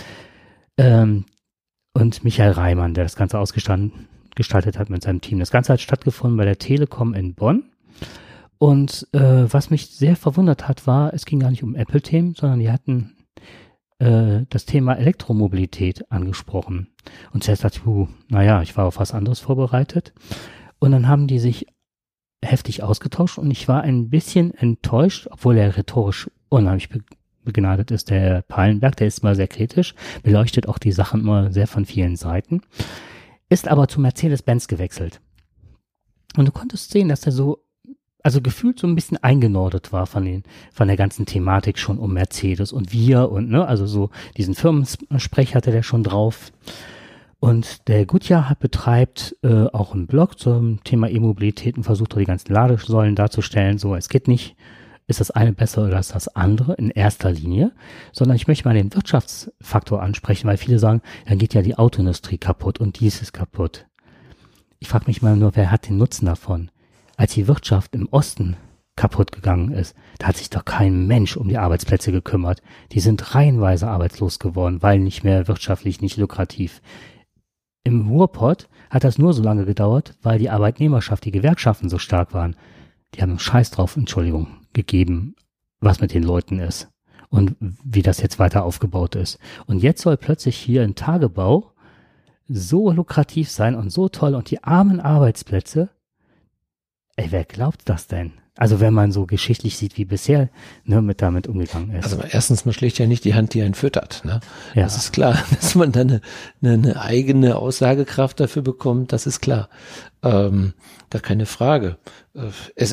Und Michael Reimann, der das Ganze gestaltet hat mit seinem Team. Das Ganze hat stattgefunden bei der Telekom in Bonn. Und was mich sehr verwundert hat, war, es ging gar nicht um Apple-Themen, sondern die hatten das Thema Elektromobilität angesprochen. Und zuerst dachte ich, ich war auf was anderes vorbereitet. Und dann haben die sich heftig ausgetauscht und ich war ein bisschen enttäuscht, obwohl er rhetorisch unheimlich begnadet ist, der Pallenberg, der ist mal sehr kritisch, beleuchtet auch die Sachen immer sehr von vielen Seiten, ist aber zu Mercedes-Benz gewechselt. Und du konntest sehen, dass er also gefühlt so ein bisschen eingenordet war von der ganzen Thematik schon um Mercedes und wir und ne, also so diesen Firmensprech hatte der schon drauf. Und der Gutjahr betreibt auch einen Blog zum Thema E-Mobilität und versucht die ganzen Ladesäulen darzustellen. So, es geht nicht, ist das eine besser oder ist das andere in erster Linie, sondern ich möchte mal den Wirtschaftsfaktor ansprechen, weil viele sagen, dann geht ja die Autoindustrie kaputt und dies ist kaputt. Ich frage mich mal nur, wer hat den Nutzen davon? Als die Wirtschaft im Osten kaputt gegangen ist, da hat sich doch kein Mensch um die Arbeitsplätze gekümmert. Die sind reihenweise arbeitslos geworden, weil nicht mehr wirtschaftlich, nicht lukrativ. Im Ruhrpott hat das nur so lange gedauert, weil die Arbeitnehmerschaft, die Gewerkschaften so stark waren. Die haben einen Scheiß drauf, gegeben, was mit den Leuten ist und wie das jetzt weiter aufgebaut ist. Und jetzt soll plötzlich hier ein Tagebau so lukrativ sein und so toll und die armen Arbeitsplätze, ey, wer glaubt das denn? Also wenn man so geschichtlich sieht, wie bisher damit umgegangen ist. Also erstens, man schlägt ja nicht die Hand, die einen füttert. Ne? Ja. Das ist klar, dass man dann eine eigene Aussagekraft dafür bekommt, das ist klar. Gar keine Frage. Es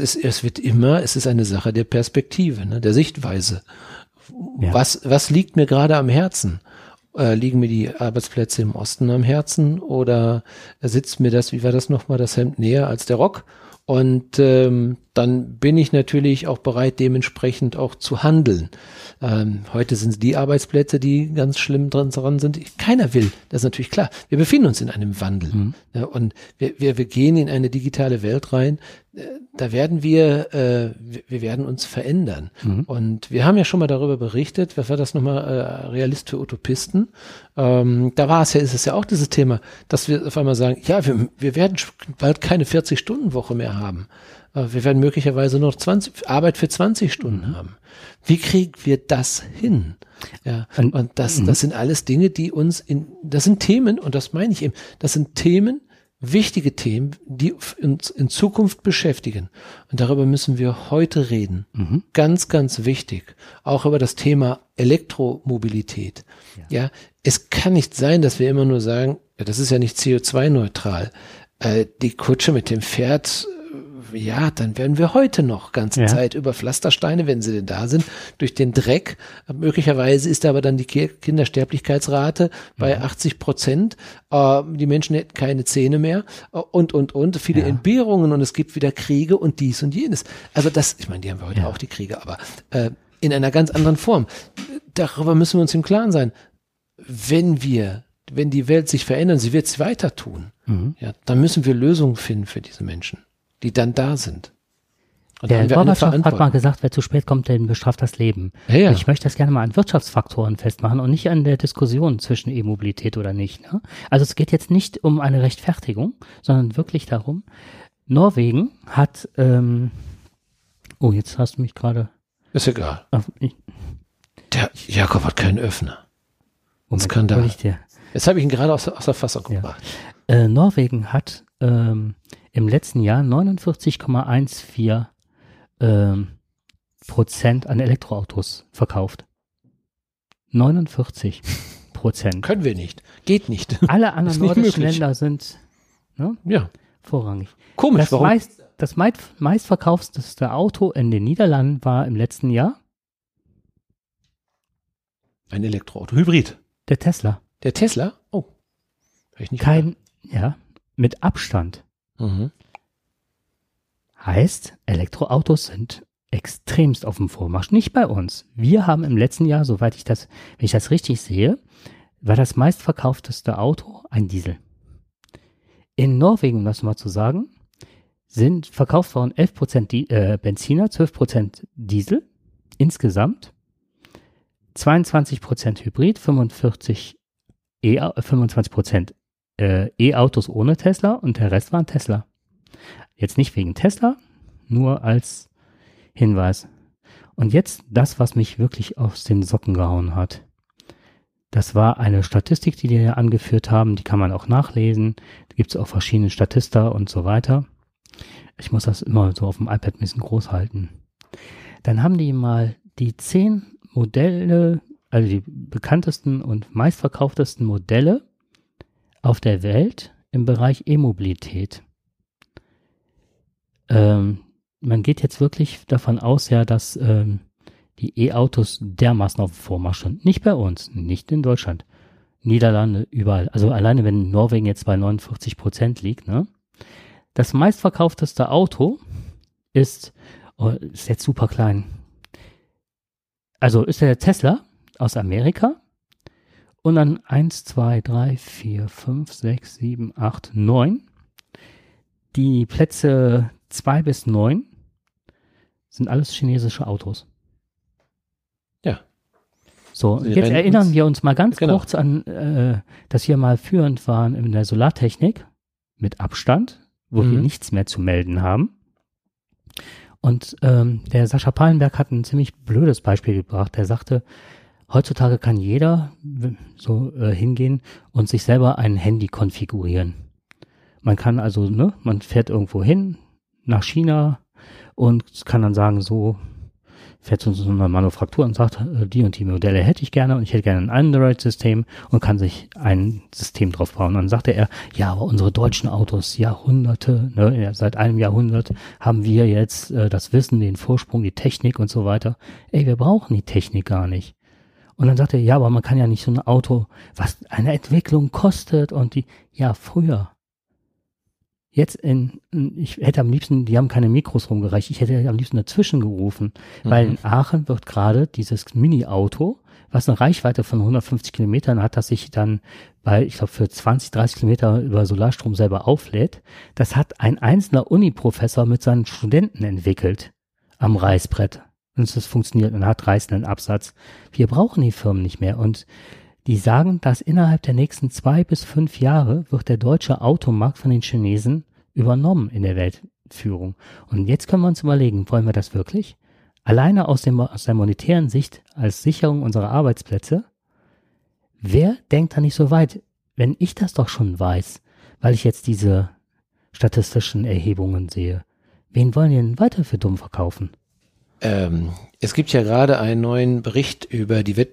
ist eine Sache der Perspektive, ne? Der Sichtweise. Ja. Was liegt mir gerade am Herzen? Liegen mir die Arbeitsplätze im Osten am Herzen oder sitzt mir wie war das nochmal, das Hemd näher als der Rock? Und dann bin ich natürlich auch bereit, dementsprechend auch zu handeln. Heute sind es die Arbeitsplätze, die ganz schlimm dran sind. Keiner will, das ist natürlich klar. Wir befinden uns in einem Wandel. Mhm. Ja, und wir gehen in eine digitale Welt rein. Da werden wir werden uns verändern. Mhm. Und wir haben ja schon mal darüber berichtet, was war das nochmal, Realist für Utopisten. Ist es ja auch dieses Thema, dass wir auf einmal sagen, ja, wir werden bald keine 40-Stunden-Woche mehr haben. Wir werden möglicherweise noch Arbeit für 20 Stunden haben. Wie kriegen wir das hin? Ja, und das sind alles Dinge, das sind Themen, und das meine ich eben, das sind Themen, wichtige Themen, die uns in Zukunft beschäftigen. Und darüber müssen wir heute reden. Mhm. Ganz, ganz wichtig. Auch über das Thema Elektromobilität. Ja, es kann nicht sein, dass wir immer nur sagen, ja, das ist ja nicht CO2-neutral. Die Kutsche mit dem Pferd, ja, dann werden wir heute noch ganze Zeit über Pflastersteine, wenn sie denn da sind, durch den Dreck. Möglicherweise ist aber dann die Kindersterblichkeitsrate bei 80%. Die Menschen hätten keine Zähne mehr und. Viele Entbehrungen und es gibt wieder Kriege und dies und jenes. Also ich meine, die haben wir heute auch, die Kriege, aber in einer ganz anderen Form. Darüber müssen wir uns im Klaren sein. Wenn die Welt sich verändert, sie wird es weiter tun, dann müssen wir Lösungen finden für diese Menschen, die dann da sind. Und der Gorbatschow hat mal gesagt, wer zu spät kommt, den bestraft das Leben. Ja. Ich möchte das gerne mal an Wirtschaftsfaktoren festmachen und nicht an der Diskussion zwischen E-Mobilität oder nicht. Ne? Also es geht jetzt nicht um eine Rechtfertigung, sondern wirklich darum, Norwegen hat, jetzt hast du mich gerade... Ist egal. Der Jakob hat keinen Öffner. Skandal. Jetzt habe ich ihn gerade aus der Fassung gebracht. Norwegen hat im letzten Jahr 49,14% an Elektroautos verkauft. 49%. Können wir nicht. Geht nicht. Alle anderen nordischen Länder sind vorrangig. Komisch, warum? Das meistverkaufsteste Auto in den Niederlanden war im letzten Jahr ein Elektroauto. Hybrid. Der Tesla. Der Tesla? Oh. Hab ich nicht mit Abstand. Mhm. Heißt, Elektroautos sind extremst auf dem Vormarsch. Nicht bei uns. Wir haben im letzten Jahr, wenn ich das richtig sehe, war das meistverkaufteste Auto ein Diesel. In Norwegen, um das mal zu sagen, sind verkauft worden 11% Benziner, 12% Diesel insgesamt, 22% Hybrid, 25% E-Autos ohne Tesla und der Rest waren Tesla. Jetzt nicht wegen Tesla, nur als Hinweis. Und jetzt das, was mich wirklich aus den Socken gehauen hat. Das war eine Statistik, die ja angeführt haben, die kann man auch nachlesen. Da gibt es auch verschiedene Statista und so weiter. Ich muss das immer so auf dem iPad ein bisschen groß halten. Dann haben die mal die 10 Modelle, also die bekanntesten und meistverkauftesten Modelle auf der Welt im Bereich E-Mobilität. Man geht jetzt wirklich davon aus, dass die E-Autos dermaßen auf dem Vormarsch sind. Nicht bei uns, nicht in Deutschland. Niederlande, überall. Also alleine wenn Norwegen jetzt bei 49% liegt, ne? Das meistverkaufteste Auto ist jetzt super klein. Also ist der Tesla aus Amerika und dann 1, 2, 3, 4, 5, 6, 7, 8, 9. Die Plätze 2 bis 9 sind alles chinesische Autos. Ja. So, jetzt erinnern wir uns mal ganz kurz an, dass wir mal führend waren in der Solartechnik mit Abstand, wo wir nichts mehr zu melden haben. Und der Sascha Pallenberg hat ein ziemlich blödes Beispiel gebracht. Er sagte, heutzutage kann jeder hingehen und sich selber ein Handy konfigurieren. Man kann also, man fährt irgendwo hin, nach China und kann dann sagen, so fährt zu so einer Manufaktur und sagt, die und die Modelle hätte ich gerne und ich hätte gerne ein Android-System und kann sich ein System drauf bauen. Und dann sagte er, ja, aber unsere deutschen Autos, Jahrhunderte, ne, ja, seit einem Jahrhundert haben wir jetzt das Wissen, den Vorsprung, die Technik und so weiter. Ey, wir brauchen die Technik gar nicht. Und dann sagte er, ja, aber man kann ja nicht so ein Auto, was eine Entwicklung kostet und ja, früher. Jetzt ich hätte am liebsten, die haben keine Mikros rumgereicht, ich hätte am liebsten dazwischen gerufen, weil in Aachen wird gerade dieses Mini-Auto, was eine Reichweite von 150 Kilometern hat, das sich dann ich glaube, für 20, 30 Kilometer über Solarstrom selber auflädt, das hat ein einzelner Uni-Professor mit seinen Studenten entwickelt am Reißbrett. Und das funktioniert und hat reißenden Absatz. Wir brauchen die Firmen nicht mehr und die sagen, dass innerhalb der nächsten 2 bis 5 Jahre wird der deutsche Automarkt von den Chinesen übernommen in der Weltführung. Und jetzt können wir uns überlegen, wollen wir das wirklich? Alleine aus der monetären Sicht als Sicherung unserer Arbeitsplätze? Wer denkt da nicht so weit? Wenn ich das doch schon weiß, weil ich jetzt diese statistischen Erhebungen sehe, wen wollen die denn weiter für dumm verkaufen? Es gibt ja gerade einen neuen Bericht über die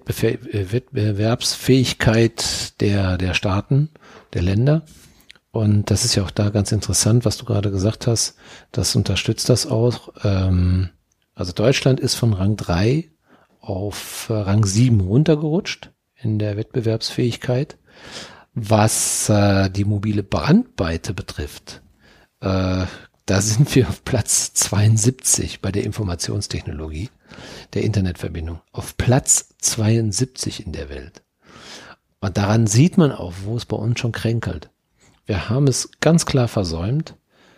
Wettbewerbsfähigkeit der Staaten, der Länder. Und das ist ja auch da ganz interessant, was du gerade gesagt hast. Das unterstützt das auch. Also Deutschland ist von Rang 3 auf Rang 7 runtergerutscht in der Wettbewerbsfähigkeit. Was die mobile Bandbreite betrifft, da sind wir auf Platz 72 bei der Informationstechnologie, der Internetverbindung. Auf Platz 72 in der Welt. Und daran sieht man auch, wo es bei uns schon kränkelt. Wir haben es ganz klar versäumt,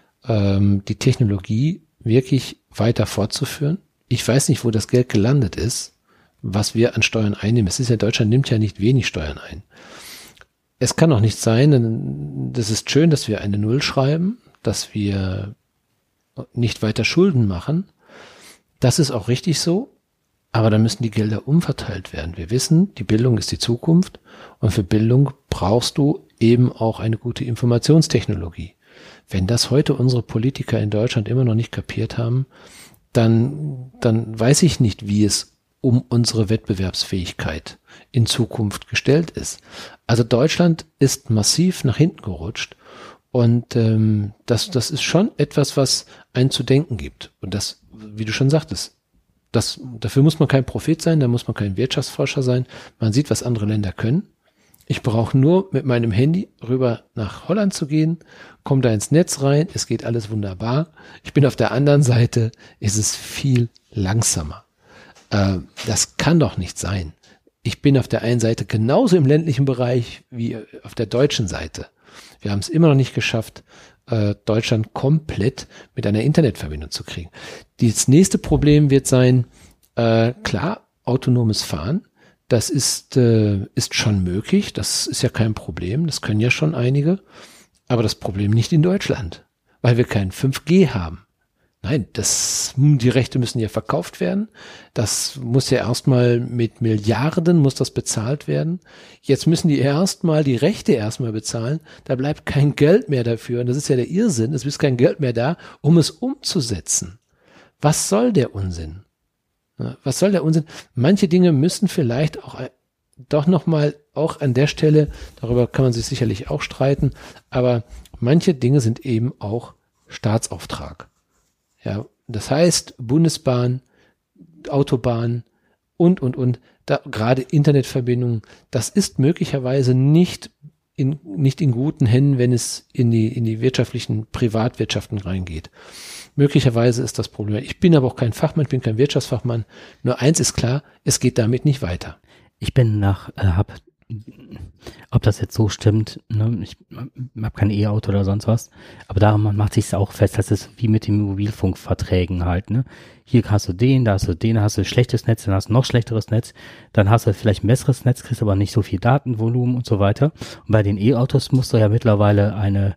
die Technologie wirklich weiter fortzuführen. Ich weiß nicht, wo das Geld gelandet ist, was wir an Steuern einnehmen. Es ist ja, Deutschland nimmt ja nicht wenig Steuern ein. Es kann auch nicht sein, denn das ist schön, dass wir eine Null schreiben, dass wir nicht weiter Schulden machen. Das ist auch richtig so, aber da müssen die Gelder umverteilt werden. Wir wissen, die Bildung ist die Zukunft und für Bildung brauchst du eben auch eine gute Informationstechnologie. Wenn das heute unsere Politiker in Deutschland immer noch nicht kapiert haben, dann weiß ich nicht, wie es um unsere Wettbewerbsfähigkeit in Zukunft gestellt ist. Also Deutschland ist massiv nach hinten gerutscht. Und das ist schon etwas, was einen zu denken gibt. Und das, wie du schon sagtest, dafür muss man kein Prophet sein, da muss man kein Wirtschaftsforscher sein. Man sieht, was andere Länder können. Ich brauche nur mit meinem Handy rüber nach Holland zu gehen, komme da ins Netz rein, es geht alles wunderbar. Ich bin auf der anderen Seite, ist es viel langsamer. Das kann doch nicht sein. Ich bin auf der einen Seite genauso im ländlichen Bereich wie auf der deutschen Seite. Wir haben es immer noch nicht geschafft, Deutschland komplett mit einer Internetverbindung zu kriegen. Das nächste Problem wird sein, klar, autonomes Fahren. Das ist schon möglich. Das ist ja kein Problem. Das können ja schon einige. Aber das Problem nicht in Deutschland, weil wir kein 5G haben. Nein, die Rechte müssen ja verkauft werden. Das muss ja erstmal mit Milliarden muss das bezahlt werden. Jetzt müssen die Rechte erstmal bezahlen. Da bleibt kein Geld mehr dafür. Und das ist ja der Irrsinn. Es ist kein Geld mehr da, um es umzusetzen. Was soll der Unsinn? Was soll der Unsinn? Manche Dinge müssen vielleicht auch doch nochmal auch an der Stelle, darüber kann man sich sicherlich auch streiten, aber manche Dinge sind eben auch Staatsauftrag. Ja, das heißt, Bundesbahn, Autobahn und, da gerade Internetverbindungen, das ist möglicherweise nicht in guten Händen, wenn es in die wirtschaftlichen Privatwirtschaften reingeht. Möglicherweise ist das Problem. Ich bin aber auch kein Fachmann, ich bin kein Wirtschaftsfachmann. Nur eins ist klar, es geht damit nicht weiter. Ich bin ob das jetzt so stimmt, ne? Ich habe kein E-Auto oder sonst was, aber daran macht sich es auch fest, das ist wie mit den Mobilfunkverträgen halt, ne? Hier hast du den, da hast du den, hast du schlechtes Netz, dann hast du noch schlechteres Netz, dann hast du vielleicht ein besseres Netz, kriegst aber nicht so viel Datenvolumen und so weiter. Und bei den E-Autos musst du ja mittlerweile eine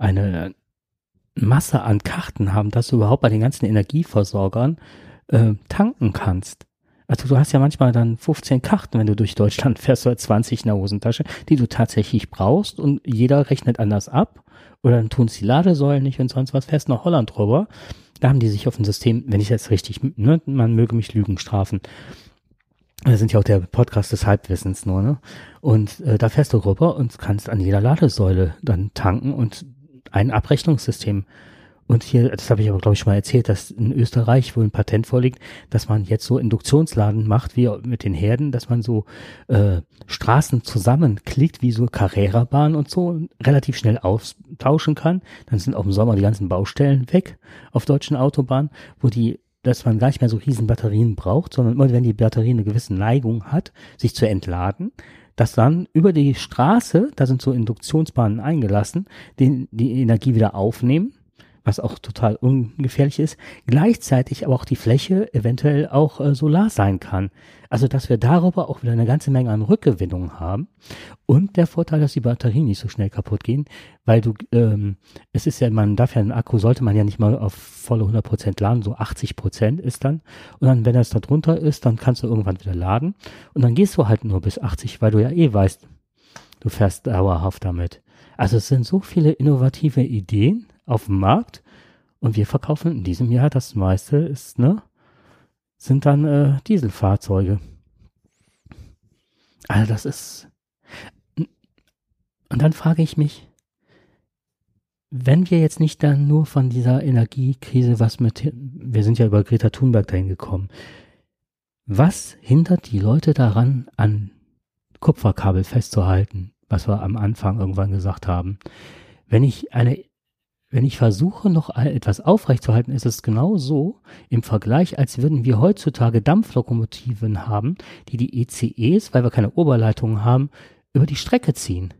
Masse an Karten haben, dass du überhaupt bei den ganzen Energieversorgern tanken kannst. Also du hast ja manchmal dann 15 Karten, wenn du durch Deutschland fährst, oder 20 in der Hosentasche, die du tatsächlich brauchst und jeder rechnet anders ab oder dann tun es die Ladesäulen nicht und sonst was, fährst nach Holland rüber. Da haben die sich auf ein System, wenn ich jetzt richtig, ne, man möge mich Lügen strafen. Wir sind ja auch der Podcast des Halbwissens nur, ne? Und da fährst du rüber und kannst an jeder Ladesäule dann tanken und ein Abrechnungssystem. Und hier, das habe ich aber, glaube ich, schon mal erzählt, dass in Österreich wohl ein Patent vorliegt, dass man jetzt so Induktionsladen macht, wie mit den Herden, dass man so Straßen zusammenklickt, wie so Carrera-Bahn und so, relativ schnell austauschen kann. Dann sind auch im Sommer die ganzen Baustellen weg auf deutschen Autobahnen, dass man gar nicht mehr so riesen Batterien braucht, sondern immer, wenn die Batterie eine gewisse Neigung hat, sich zu entladen, dass dann über die Straße, da sind so Induktionsbahnen eingelassen, die Energie wieder aufnehmen, was auch total ungefährlich ist, gleichzeitig aber auch die Fläche eventuell auch solar sein kann. Also, dass wir darüber auch wieder eine ganze Menge an Rückgewinnung haben. Und der Vorteil, dass die Batterien nicht so schnell kaputt gehen, weil es ist ja, man darf ja einen Akku, sollte man ja nicht mal auf volle 100% laden, so 80% ist dann. Und dann, wenn das da drunter ist, dann kannst du irgendwann wieder laden. Und dann gehst du halt nur bis 80, weil du ja weißt, du fährst dauerhaft damit. Also, es sind so viele innovative Ideen auf dem Markt und wir verkaufen in diesem Jahr das meiste sind dann Dieselfahrzeuge. Also das ist, und dann frage ich mich, wenn wir jetzt nicht dann nur von dieser Energiekrise wir sind ja über Greta Thunberg dahin gekommen, was hindert die Leute daran, an Kupferkabel festzuhalten, was wir am Anfang irgendwann gesagt haben? Wenn ich versuche, noch etwas aufrechtzuerhalten, ist es genau so im Vergleich, als würden wir heutzutage Dampflokomotiven haben, die ECEs, weil wir keine Oberleitungen haben, über die Strecke ziehen.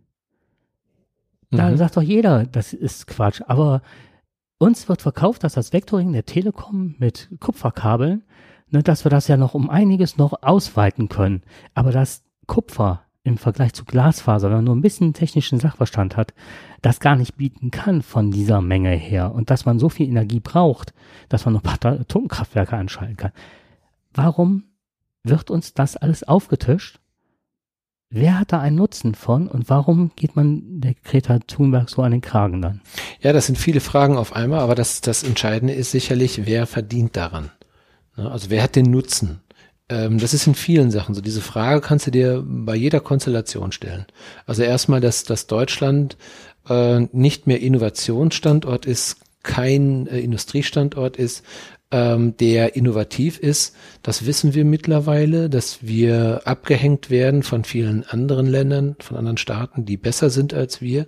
Da sagt doch jeder, das ist Quatsch. Aber uns wird verkauft, dass das Vectoring der Telekom mit Kupferkabeln, dass wir das ja noch um einiges noch ausweiten können. Aber das Kupfer im Vergleich zu Glasfaser, wenn man nur ein bisschen technischen Sachverstand hat, das gar nicht bieten kann von dieser Menge her und dass man so viel Energie braucht, dass man noch ein paar Atomkraftwerke anschalten kann. Warum wird uns das alles aufgetischt? Wer hat da einen Nutzen von und warum geht man der Greta Thunberg so an den Kragen dann? Ja, das sind viele Fragen auf einmal, aber das Entscheidende ist sicherlich, wer verdient daran? Also wer hat den Nutzen? Das ist in vielen Sachen so. Diese Frage kannst du dir bei jeder Konstellation stellen. Also erstmal, dass Deutschland nicht mehr Innovationsstandort ist, kein Industriestandort ist, der innovativ ist. Das wissen wir mittlerweile, dass wir abgehängt werden von vielen anderen Ländern, von anderen Staaten, die besser sind als wir,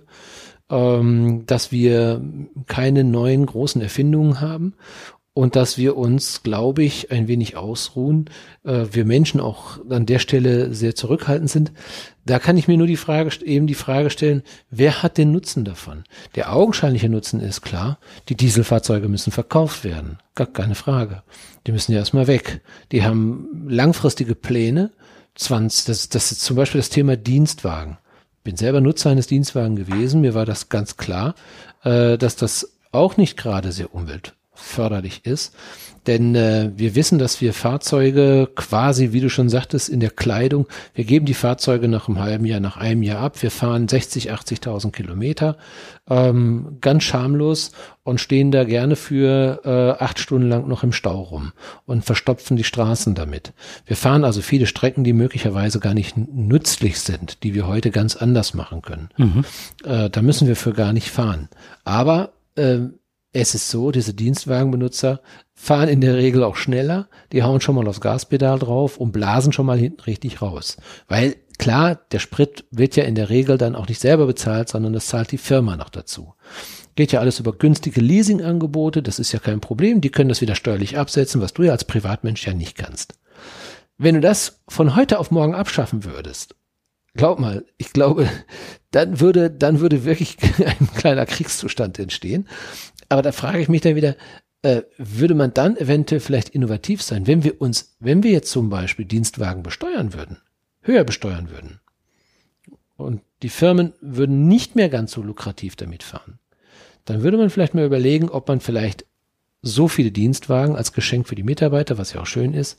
dass wir keine neuen großen Erfindungen haben. Und dass wir uns, glaube ich, ein wenig ausruhen. Wir Menschen auch an der Stelle sehr zurückhaltend sind. Da kann ich mir nur die Frage stellen, wer hat den Nutzen davon? Der augenscheinliche Nutzen ist klar, die Dieselfahrzeuge müssen verkauft werden. Gar keine Frage. Die müssen ja erstmal weg. Die haben langfristige Pläne. Das ist zum Beispiel das Thema Dienstwagen. Bin selber Nutzer eines Dienstwagen gewesen. Mir war das ganz klar, dass das auch nicht gerade sehr umweltförderlich ist, denn wir wissen, dass wir Fahrzeuge quasi, wie du schon sagtest, in der Kleidung, wir geben die Fahrzeuge nach einem halben Jahr, nach einem Jahr ab, wir fahren 60.000, 80.000 Kilometer, ganz schamlos und stehen da gerne für 8 Stunden lang noch im Stau rum und verstopfen die Straßen damit. Wir fahren also viele Strecken, die möglicherweise gar nicht nützlich sind, die wir heute ganz anders machen können. Da müssen wir für gar nicht fahren. Aber es ist so, diese Dienstwagenbenutzer fahren in der Regel auch schneller, die hauen schon mal aufs Gaspedal drauf und blasen schon mal hinten richtig raus. Weil klar, der Sprit wird ja in der Regel dann auch nicht selber bezahlt, sondern das zahlt die Firma noch dazu. Geht ja alles über günstige Leasingangebote, das ist ja kein Problem, die können das wieder steuerlich absetzen, was du ja als Privatmensch ja nicht kannst. Wenn du das von heute auf morgen abschaffen würdest, glaub mal, ich glaube, dann würde wirklich ein kleiner Kriegszustand entstehen. Aber da frage ich mich dann wieder, würde man dann eventuell vielleicht innovativ sein, wenn wir jetzt zum Beispiel Dienstwagen höher besteuern würden und die Firmen würden nicht mehr ganz so lukrativ damit fahren, dann würde man vielleicht mal überlegen, ob man vielleicht so viele Dienstwagen als Geschenk für die Mitarbeiter, was ja auch schön ist,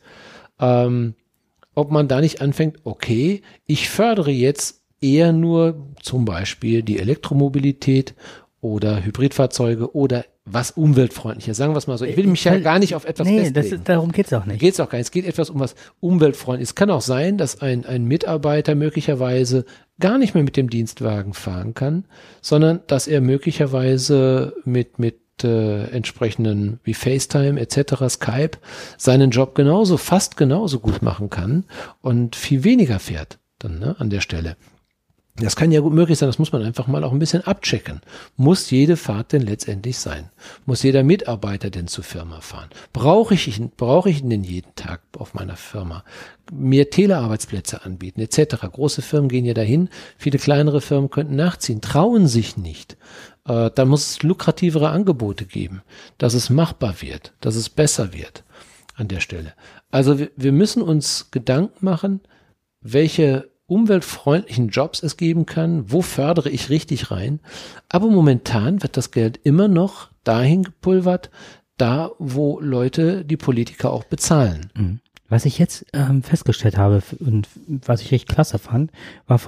ob man da nicht anfängt, okay, ich fördere jetzt eher nur zum Beispiel die Elektromobilität oder Hybridfahrzeuge oder was umweltfreundlich ist. Sagen wir es mal so. Ich will mich ja gar nicht auf etwas festlegen. Darum geht's auch nicht. Geht's auch gar nicht. Es geht etwas um was umweltfreundliches. Es kann auch sein, dass ein Mitarbeiter möglicherweise gar nicht mehr mit dem Dienstwagen fahren kann, sondern dass er möglicherweise mit entsprechenden wie FaceTime etc., Skype, seinen Job fast genauso gut machen kann und viel weniger fährt dann, ne, an der Stelle. Das kann ja gut möglich sein, das muss man einfach mal auch ein bisschen abchecken. Muss jede Fahrt denn letztendlich sein? Muss jeder Mitarbeiter denn zur Firma fahren? Brauche ich ihn denn jeden Tag auf meiner Firma? Mir Telearbeitsplätze anbieten etc. Große Firmen gehen ja dahin, viele kleinere Firmen könnten nachziehen, trauen sich nicht. Da muss es lukrativere Angebote geben, dass es machbar wird, dass es besser wird an der Stelle. Also wir müssen uns Gedanken machen, welche umweltfreundlichen Jobs es geben kann, wo fördere ich richtig rein. Aber momentan wird das Geld immer noch dahin gepulvert, da wo Leute die Politiker auch bezahlen. Was ich jetzt festgestellt habe und was ich echt klasse fand, war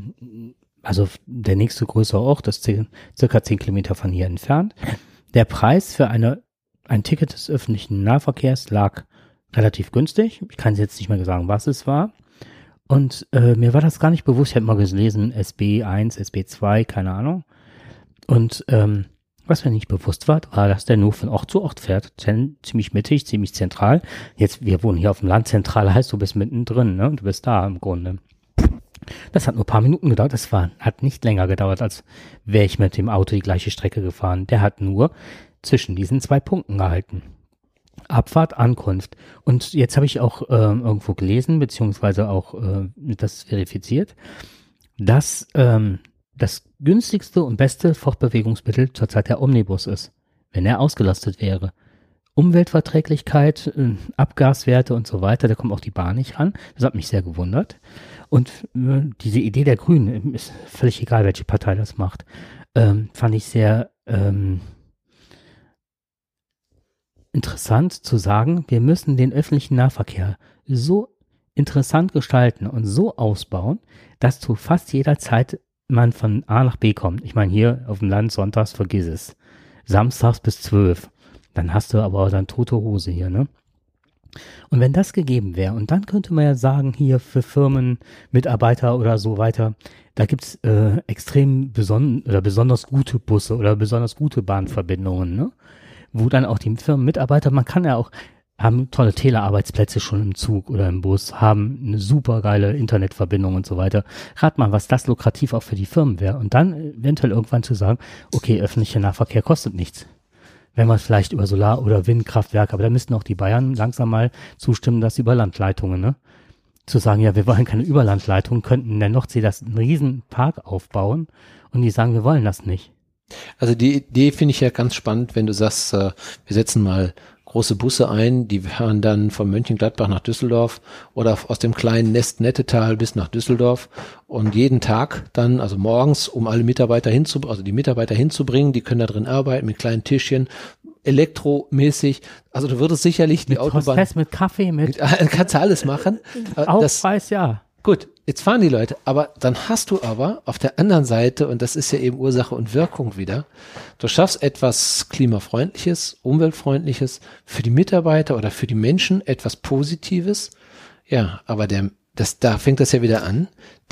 also der nächste größere Ort ist circa 10 Kilometer von hier entfernt. Der Preis für ein Ticket des öffentlichen Nahverkehrs lag relativ günstig. Ich kann jetzt nicht mehr sagen, was es war. Und mir war das gar nicht bewusst. Ich habe mal gelesen, SB1, SB2, keine Ahnung. Und was mir nicht bewusst war, dass der nur von Ort zu Ort fährt. Ziemlich mittig, ziemlich zentral. Jetzt, wir wohnen hier auf dem Land, zentral heißt, du bist mittendrin, ne? Du bist da im Grunde. Das hat nur ein paar Minuten gedauert. Hat nicht länger gedauert, als wäre ich mit dem Auto die gleiche Strecke gefahren. Der hat nur zwischen diesen 2 Punkten gehalten. Abfahrt, Ankunft. Und jetzt habe ich auch irgendwo gelesen, beziehungsweise auch das verifiziert, dass das günstigste und beste Fortbewegungsmittel zurzeit der Omnibus ist, wenn er ausgelastet wäre. Umweltverträglichkeit, Abgaswerte und so weiter, da kommt auch die Bahn nicht ran. Das hat mich sehr gewundert. Und diese Idee der Grünen, ist völlig egal, welche Partei das macht, fand ich sehr interessant zu sagen, wir müssen den öffentlichen Nahverkehr so interessant gestalten und so ausbauen, dass zu fast jeder Zeit man von A nach B kommt. Ich meine, hier auf dem Land sonntags vergiss es. Samstags bis 12. Dann hast du aber dann tote Hose hier, ne? Und wenn das gegeben wäre, und dann könnte man ja sagen, hier für Firmen, Mitarbeiter oder so weiter, da gibt's extrem besonders gute Busse oder besonders gute Bahnverbindungen, ne? Wo dann auch die Firmenmitarbeiter, haben tolle Telearbeitsplätze schon im Zug oder im Bus, haben eine super geile Internetverbindung und so weiter. Rat mal, was das lukrativ auch für die Firmen wäre. Und dann eventuell irgendwann zu sagen, okay, öffentlicher Nahverkehr kostet nichts. Wenn man vielleicht über Solar- oder Windkraftwerke, aber da müssten auch die Bayern langsam mal zustimmen, dass über Landleitungen, ne? Zu sagen, ja, wir wollen keine Überlandleitung, könnten dennoch sie das einen riesen Park aufbauen und die sagen, wir wollen das nicht. Also die Idee finde ich ja ganz spannend, wenn du sagst, wir setzen mal große Busse ein, die fahren dann von Mönchengladbach nach Düsseldorf oder aus dem kleinen Nest Nettetal bis nach Düsseldorf und jeden Tag dann, also morgens, um alle Mitarbeiter hinzubringen, die können da drin arbeiten mit kleinen Tischchen, elektromäßig, also du würdest sicherlich die Autobahn... Mit Kaffee, kannst du alles machen. Aufpreis, ja. Gut, jetzt fahren die Leute, aber dann hast du aber auf der anderen Seite, und das ist ja eben Ursache und Wirkung wieder, du schaffst etwas klimafreundliches, umweltfreundliches, für die Mitarbeiter oder für die Menschen etwas Positives. Ja, aber da fängt das ja wieder an.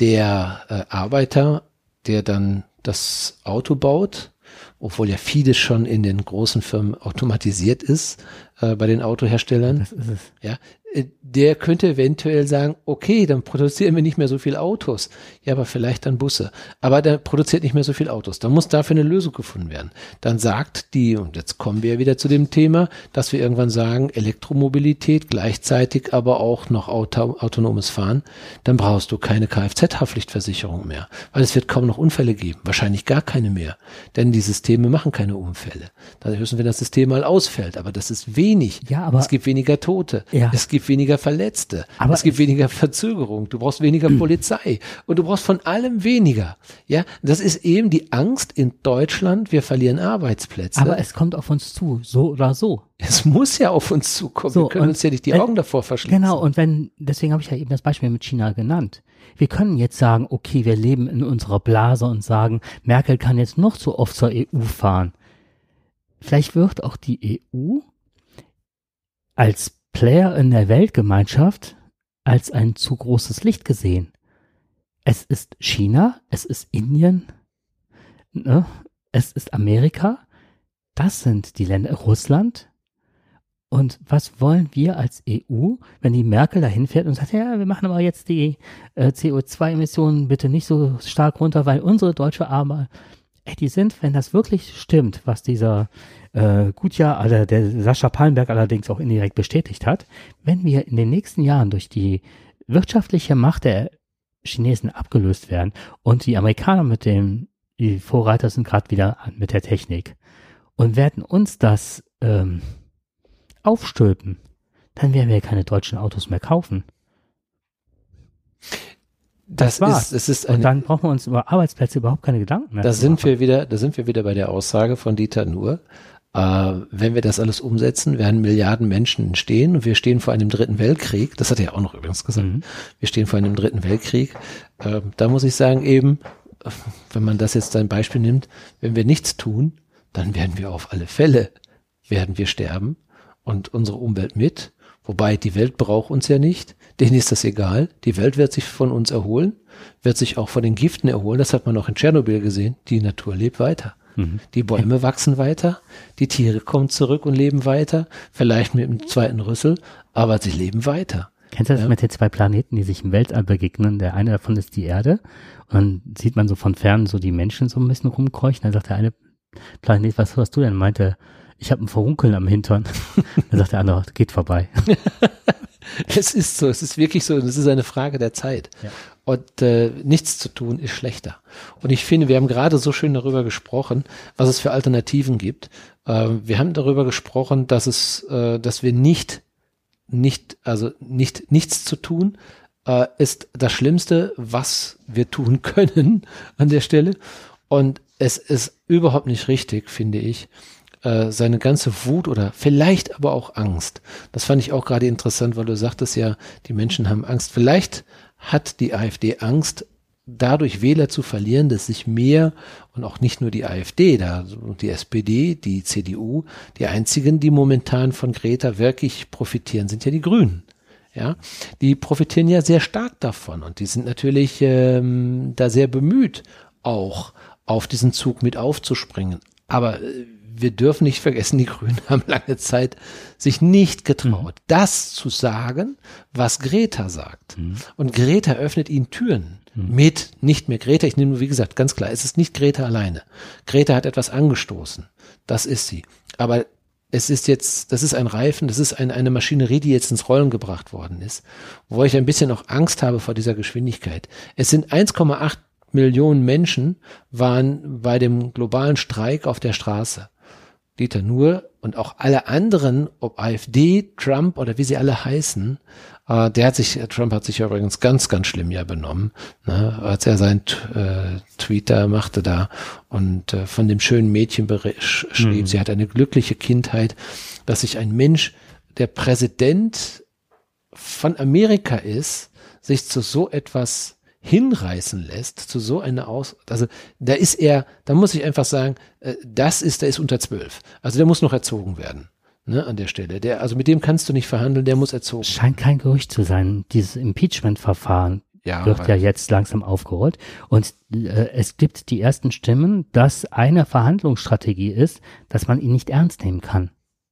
Der Arbeiter, der dann das Auto baut, obwohl ja vieles schon in den großen Firmen automatisiert ist, bei den Autoherstellern. Das ist es. Ja, der könnte eventuell sagen, okay, dann produzieren wir nicht mehr so viel Autos. Ja, aber vielleicht dann Busse. Aber der produziert nicht mehr so viel Autos. Dann muss dafür eine Lösung gefunden werden. Dann sagt und jetzt kommen wir wieder zu dem Thema, dass wir irgendwann sagen, Elektromobilität, gleichzeitig aber auch noch autonomes Fahren. Dann brauchst du keine Kfz-Haftpflichtversicherung mehr. Weil es wird kaum noch Unfälle geben. Wahrscheinlich gar keine mehr. Denn die Systeme machen keine Unfälle. Dann höchstens, wenn das System mal ausfällt. Aber das ist wenig. Ja, aber es gibt weniger Tote. Ja. Es gibt weniger Verletzte. Aber es gibt weniger Verzögerung. Du brauchst weniger Polizei. Und du brauchst von allem weniger. Ja, das ist eben die Angst in Deutschland. Wir verlieren Arbeitsplätze. Aber es kommt auf uns zu, so oder so. Es muss ja auf uns zukommen. So, wir können uns ja nicht die Augen davor verschließen. Genau, und deswegen habe ich ja eben das Beispiel mit China genannt. Wir können jetzt sagen, okay, wir leben in unserer Blase und sagen, Merkel kann jetzt noch so oft zur EU fahren. vielleicht wird auch die EU als Player in der Weltgemeinschaft als ein zu großes Licht gesehen. Es ist China, es ist Indien, ne? Es ist Amerika, das sind die Länder, Russland. Und was wollen wir als EU, wenn die Merkel dahin fährt und sagt, ja, wir machen aber jetzt die CO2-Emissionen bitte nicht so stark runter, weil unsere deutsche Arbeit, die sind, wenn das wirklich stimmt, was dieser Gutjahr, der Sascha Pallenberg allerdings auch indirekt bestätigt hat, wenn wir in den nächsten Jahren durch die wirtschaftliche Macht der Chinesen abgelöst werden und die Amerikaner die Vorreiter sind gerade wieder mit der Technik und werden uns das aufstülpen, dann werden wir keine deutschen Autos mehr kaufen. Das war's. Und dann brauchen wir uns über Arbeitsplätze überhaupt keine Gedanken mehr. Da sind wir wieder bei der Aussage von Dieter Nuhr. Wenn wir das alles umsetzen, werden Milliarden Menschen entstehen und wir stehen vor einem dritten Weltkrieg. Das hat er ja auch noch übrigens gesagt. Wir stehen vor einem dritten Weltkrieg. Da muss ich sagen eben, wenn man das jetzt ein Beispiel nimmt, wenn wir nichts tun, dann werden wir auf alle Fälle sterben. Und unsere Umwelt mit, wobei die Welt braucht uns ja nicht, denen ist das egal, die Welt wird sich von uns erholen, wird sich auch von den Giften erholen, das hat man auch in Tschernobyl gesehen, die Natur lebt weiter. Die Bäume wachsen weiter, die Tiere kommen zurück und leben weiter, vielleicht mit einem zweiten Rüssel, aber sie leben weiter. Kennst du das mit den zwei Planeten, die sich im Weltall begegnen? Der eine davon ist die Erde und dann sieht man so von fern so die Menschen so ein bisschen rumkeuchen, dann sagt der eine Planet, was hast du denn? Meinte, ich habe ein Verunkeln am Hintern. Dann sagt der andere, geht vorbei. Es ist so, es ist wirklich so, es ist eine Frage der Zeit. Ja. Und nichts zu tun ist schlechter. Und ich finde, wir haben gerade so schön darüber gesprochen, was es für Alternativen gibt. Wir haben darüber gesprochen, dass wir nichts zu tun ist das Schlimmste, was wir tun können an der Stelle. Und es ist überhaupt nicht richtig, finde ich, seine ganze Wut oder vielleicht aber auch Angst. Das fand ich auch gerade interessant, weil du sagtest ja, die Menschen haben Angst. Vielleicht hat die AfD Angst, dadurch Wähler zu verlieren, dass sich mehr und auch nicht nur die AfD, die SPD, die CDU, die einzigen, die momentan von Greta wirklich profitieren, sind ja die Grünen. Ja, die profitieren ja sehr stark davon und die sind natürlich da sehr bemüht, auch auf diesen Zug mit aufzuspringen. Aber wir dürfen nicht vergessen, die Grünen haben lange Zeit sich nicht getraut, das zu sagen, was Greta sagt. Und Greta öffnet ihnen Türen nicht mehr Greta. Ich nehme nur, wie gesagt, ganz klar, es ist nicht Greta alleine. Greta hat etwas angestoßen. Das ist sie. Aber das ist ein Reifen, das ist eine Maschinerie, die jetzt ins Rollen gebracht worden ist, wo ich ein bisschen auch Angst habe vor dieser Geschwindigkeit. Es sind 1,8 Millionen Menschen waren bei dem globalen Streik auf der Straße. Dieter Nuhr und auch alle anderen, ob AfD, Trump oder wie sie alle heißen, Trump hat sich ja übrigens ganz, ganz schlimm ja benommen, ne, als er seinen Tweet da machte da und von dem schönen Mädchen schrieb, sie hat eine glückliche Kindheit, dass sich ein Mensch, der Präsident von Amerika ist, sich zu so etwas hinreißen lässt, zu so einer also da muss ich einfach sagen, der ist unter 12. Also der muss noch erzogen werden, ne, an der Stelle. Also mit dem kannst du nicht verhandeln, der muss erzogen werden. Scheint kein Gerücht zu sein. Dieses Impeachment-Verfahren wird ja jetzt langsam aufgerollt. Und es gibt die ersten Stimmen, dass eine Verhandlungsstrategie ist, dass man ihn nicht ernst nehmen kann.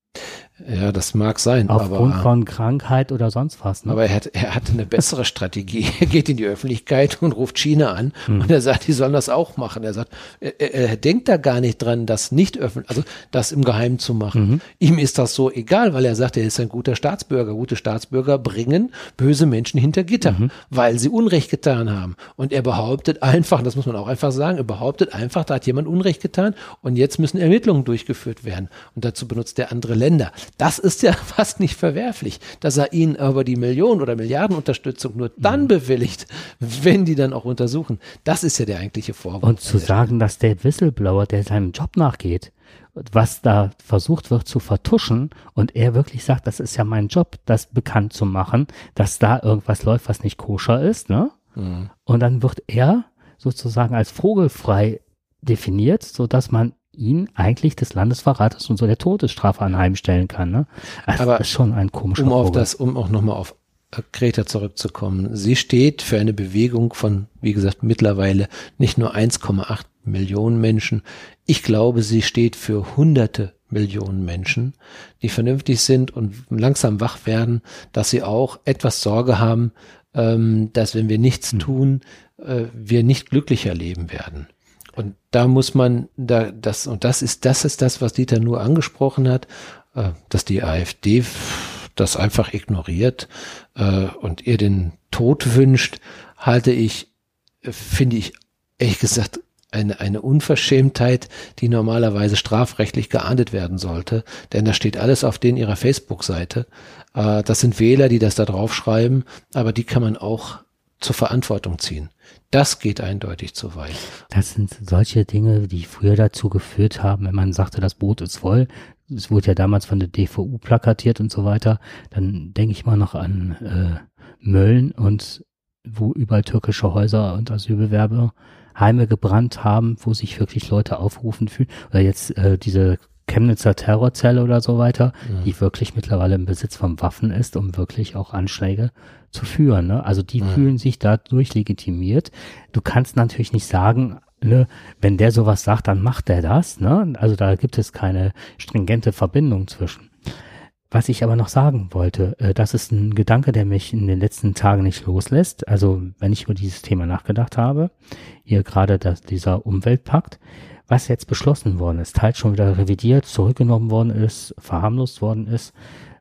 Ja, das mag sein. Aufgrund von Krankheit oder sonst was. Ne? Aber er hat eine bessere Strategie. Er geht in die Öffentlichkeit und ruft China an und er sagt, die sollen das auch machen. Er sagt, er denkt da gar nicht dran, das nicht also das im Geheimen zu machen. Ihm ist das so egal, weil er sagt, er ist ein guter Staatsbürger. Gute Staatsbürger bringen böse Menschen hinter Gitter, weil sie Unrecht getan haben. Und er behauptet einfach, das muss man auch einfach sagen, da hat jemand Unrecht getan und jetzt müssen Ermittlungen durchgeführt werden. Und dazu benutzt er andere Länder. Das ist ja fast nicht verwerflich, dass er ihnen aber die Millionen- oder Milliardenunterstützung nur dann bewilligt, wenn die dann auch untersuchen. Das ist ja der eigentliche Vorwurf. Und zu sagen, dass der Whistleblower, der seinem Job nachgeht, was da versucht wird zu vertuschen und er wirklich sagt, das ist ja mein Job, das bekannt zu machen, dass da irgendwas läuft, was nicht koscher ist, ne? Und dann wird er sozusagen als vogelfrei definiert, sodass man ihn eigentlich des Landesverrates und so der Todesstrafe anheimstellen kann. Ne? Also Aber das ist schon ein komischer um auch nochmal auf Greta zurückzukommen. Sie steht für eine Bewegung von, wie gesagt, mittlerweile nicht nur 1,8 Millionen Menschen. Ich glaube, sie steht für hunderte Millionen Menschen, die vernünftig sind und langsam wach werden, dass sie auch etwas Sorge haben, dass wenn wir nichts tun, wir nicht glücklicher leben werden. Und da muss man, das ist das, was Dieter Nuhr angesprochen hat, dass die AfD das einfach ignoriert und ihr den Tod wünscht, finde ich ehrlich gesagt eine Unverschämtheit, die normalerweise strafrechtlich geahndet werden sollte, denn da steht alles auf ihrer Facebook-Seite. Das sind Wähler, die das da draufschreiben, aber die kann man auch zur Verantwortung ziehen. Das geht eindeutig zu weit. Das sind solche Dinge, die früher dazu geführt haben, wenn man sagte, das Boot ist voll. Es wurde ja damals von der DVU plakatiert und so weiter. Dann denke ich mal noch an Mölln und wo überall türkische Häuser und Asylbewerberheime gebrannt haben, wo sich wirklich Leute aufgerufen fühlen. Oder jetzt diese Chemnitzer Terrorzelle oder so weiter, die wirklich mittlerweile im Besitz von Waffen ist, um wirklich auch Anschläge zu führen. Ne? Also die fühlen sich dadurch legitimiert. Du kannst natürlich nicht sagen, ne, wenn der sowas sagt, dann macht der das. Ne? Also da gibt es keine stringente Verbindung zwischen. Was ich aber noch sagen wollte, das ist ein Gedanke, der mich in den letzten Tagen nicht loslässt. Also wenn ich über dieses Thema nachgedacht habe, hier gerade dieser Umweltpakt, was jetzt beschlossen worden ist, teils schon wieder revidiert, zurückgenommen worden ist, verharmlost worden ist,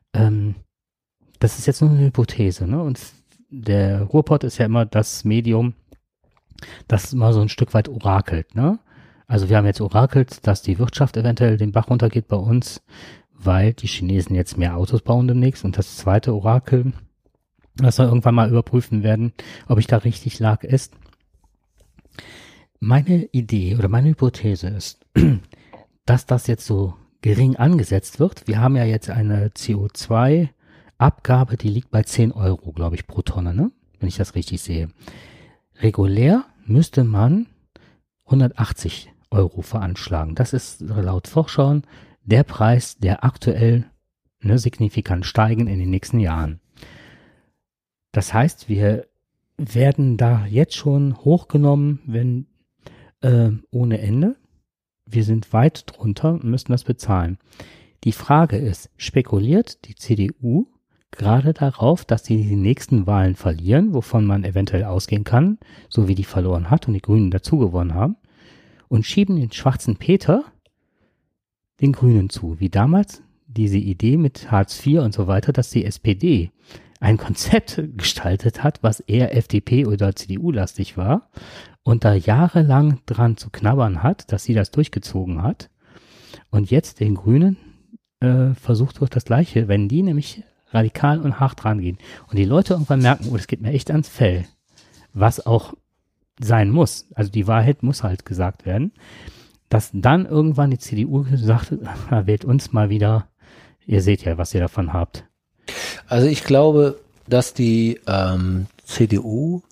das ist jetzt nur eine Hypothese, ne? Und der Ruhrpott ist ja immer das Medium, das immer so ein Stück weit orakelt, ne? Also wir haben jetzt orakelt, dass die Wirtschaft eventuell den Bach runtergeht bei uns, weil die Chinesen jetzt mehr Autos bauen demnächst. Und das zweite Orakel, das wir irgendwann mal überprüfen werden, ob ich da richtig lag, ist, meine Idee oder meine Hypothese ist, dass das jetzt so gering angesetzt wird. Wir haben ja jetzt eine CO2-Abgabe, die liegt bei 10 Euro, glaube ich, pro Tonne, ne? Wenn ich das richtig sehe. Regulär müsste man 180 Euro veranschlagen. Das ist laut Forschern der Preis, der aktuell signifikant steigen in den nächsten Jahren. Das heißt, wir werden da jetzt schon hochgenommen, wenn ohne Ende. Wir sind weit drunter und müssen das bezahlen. Die Frage ist, spekuliert die CDU gerade darauf, dass sie die nächsten Wahlen verlieren, wovon man eventuell ausgehen kann, so wie die verloren hat und die Grünen dazu gewonnen haben, und schieben den schwarzen Peter den Grünen zu, wie damals diese Idee mit Hartz IV und so weiter, dass die SPD ein Konzept gestaltet hat, was eher FDP oder CDU-lastig war und da jahrelang dran zu knabbern hat, dass sie das durchgezogen hat und jetzt den Grünen versucht wird das Gleiche, wenn die nämlich radikal und hart rangehen und die Leute irgendwann merken, oh, das geht mir echt ans Fell, was auch sein muss, also die Wahrheit muss halt gesagt werden, dass dann irgendwann die CDU sagt, wählt uns mal wieder, ihr seht ja, was ihr davon habt. Also ich glaube, dass die CDU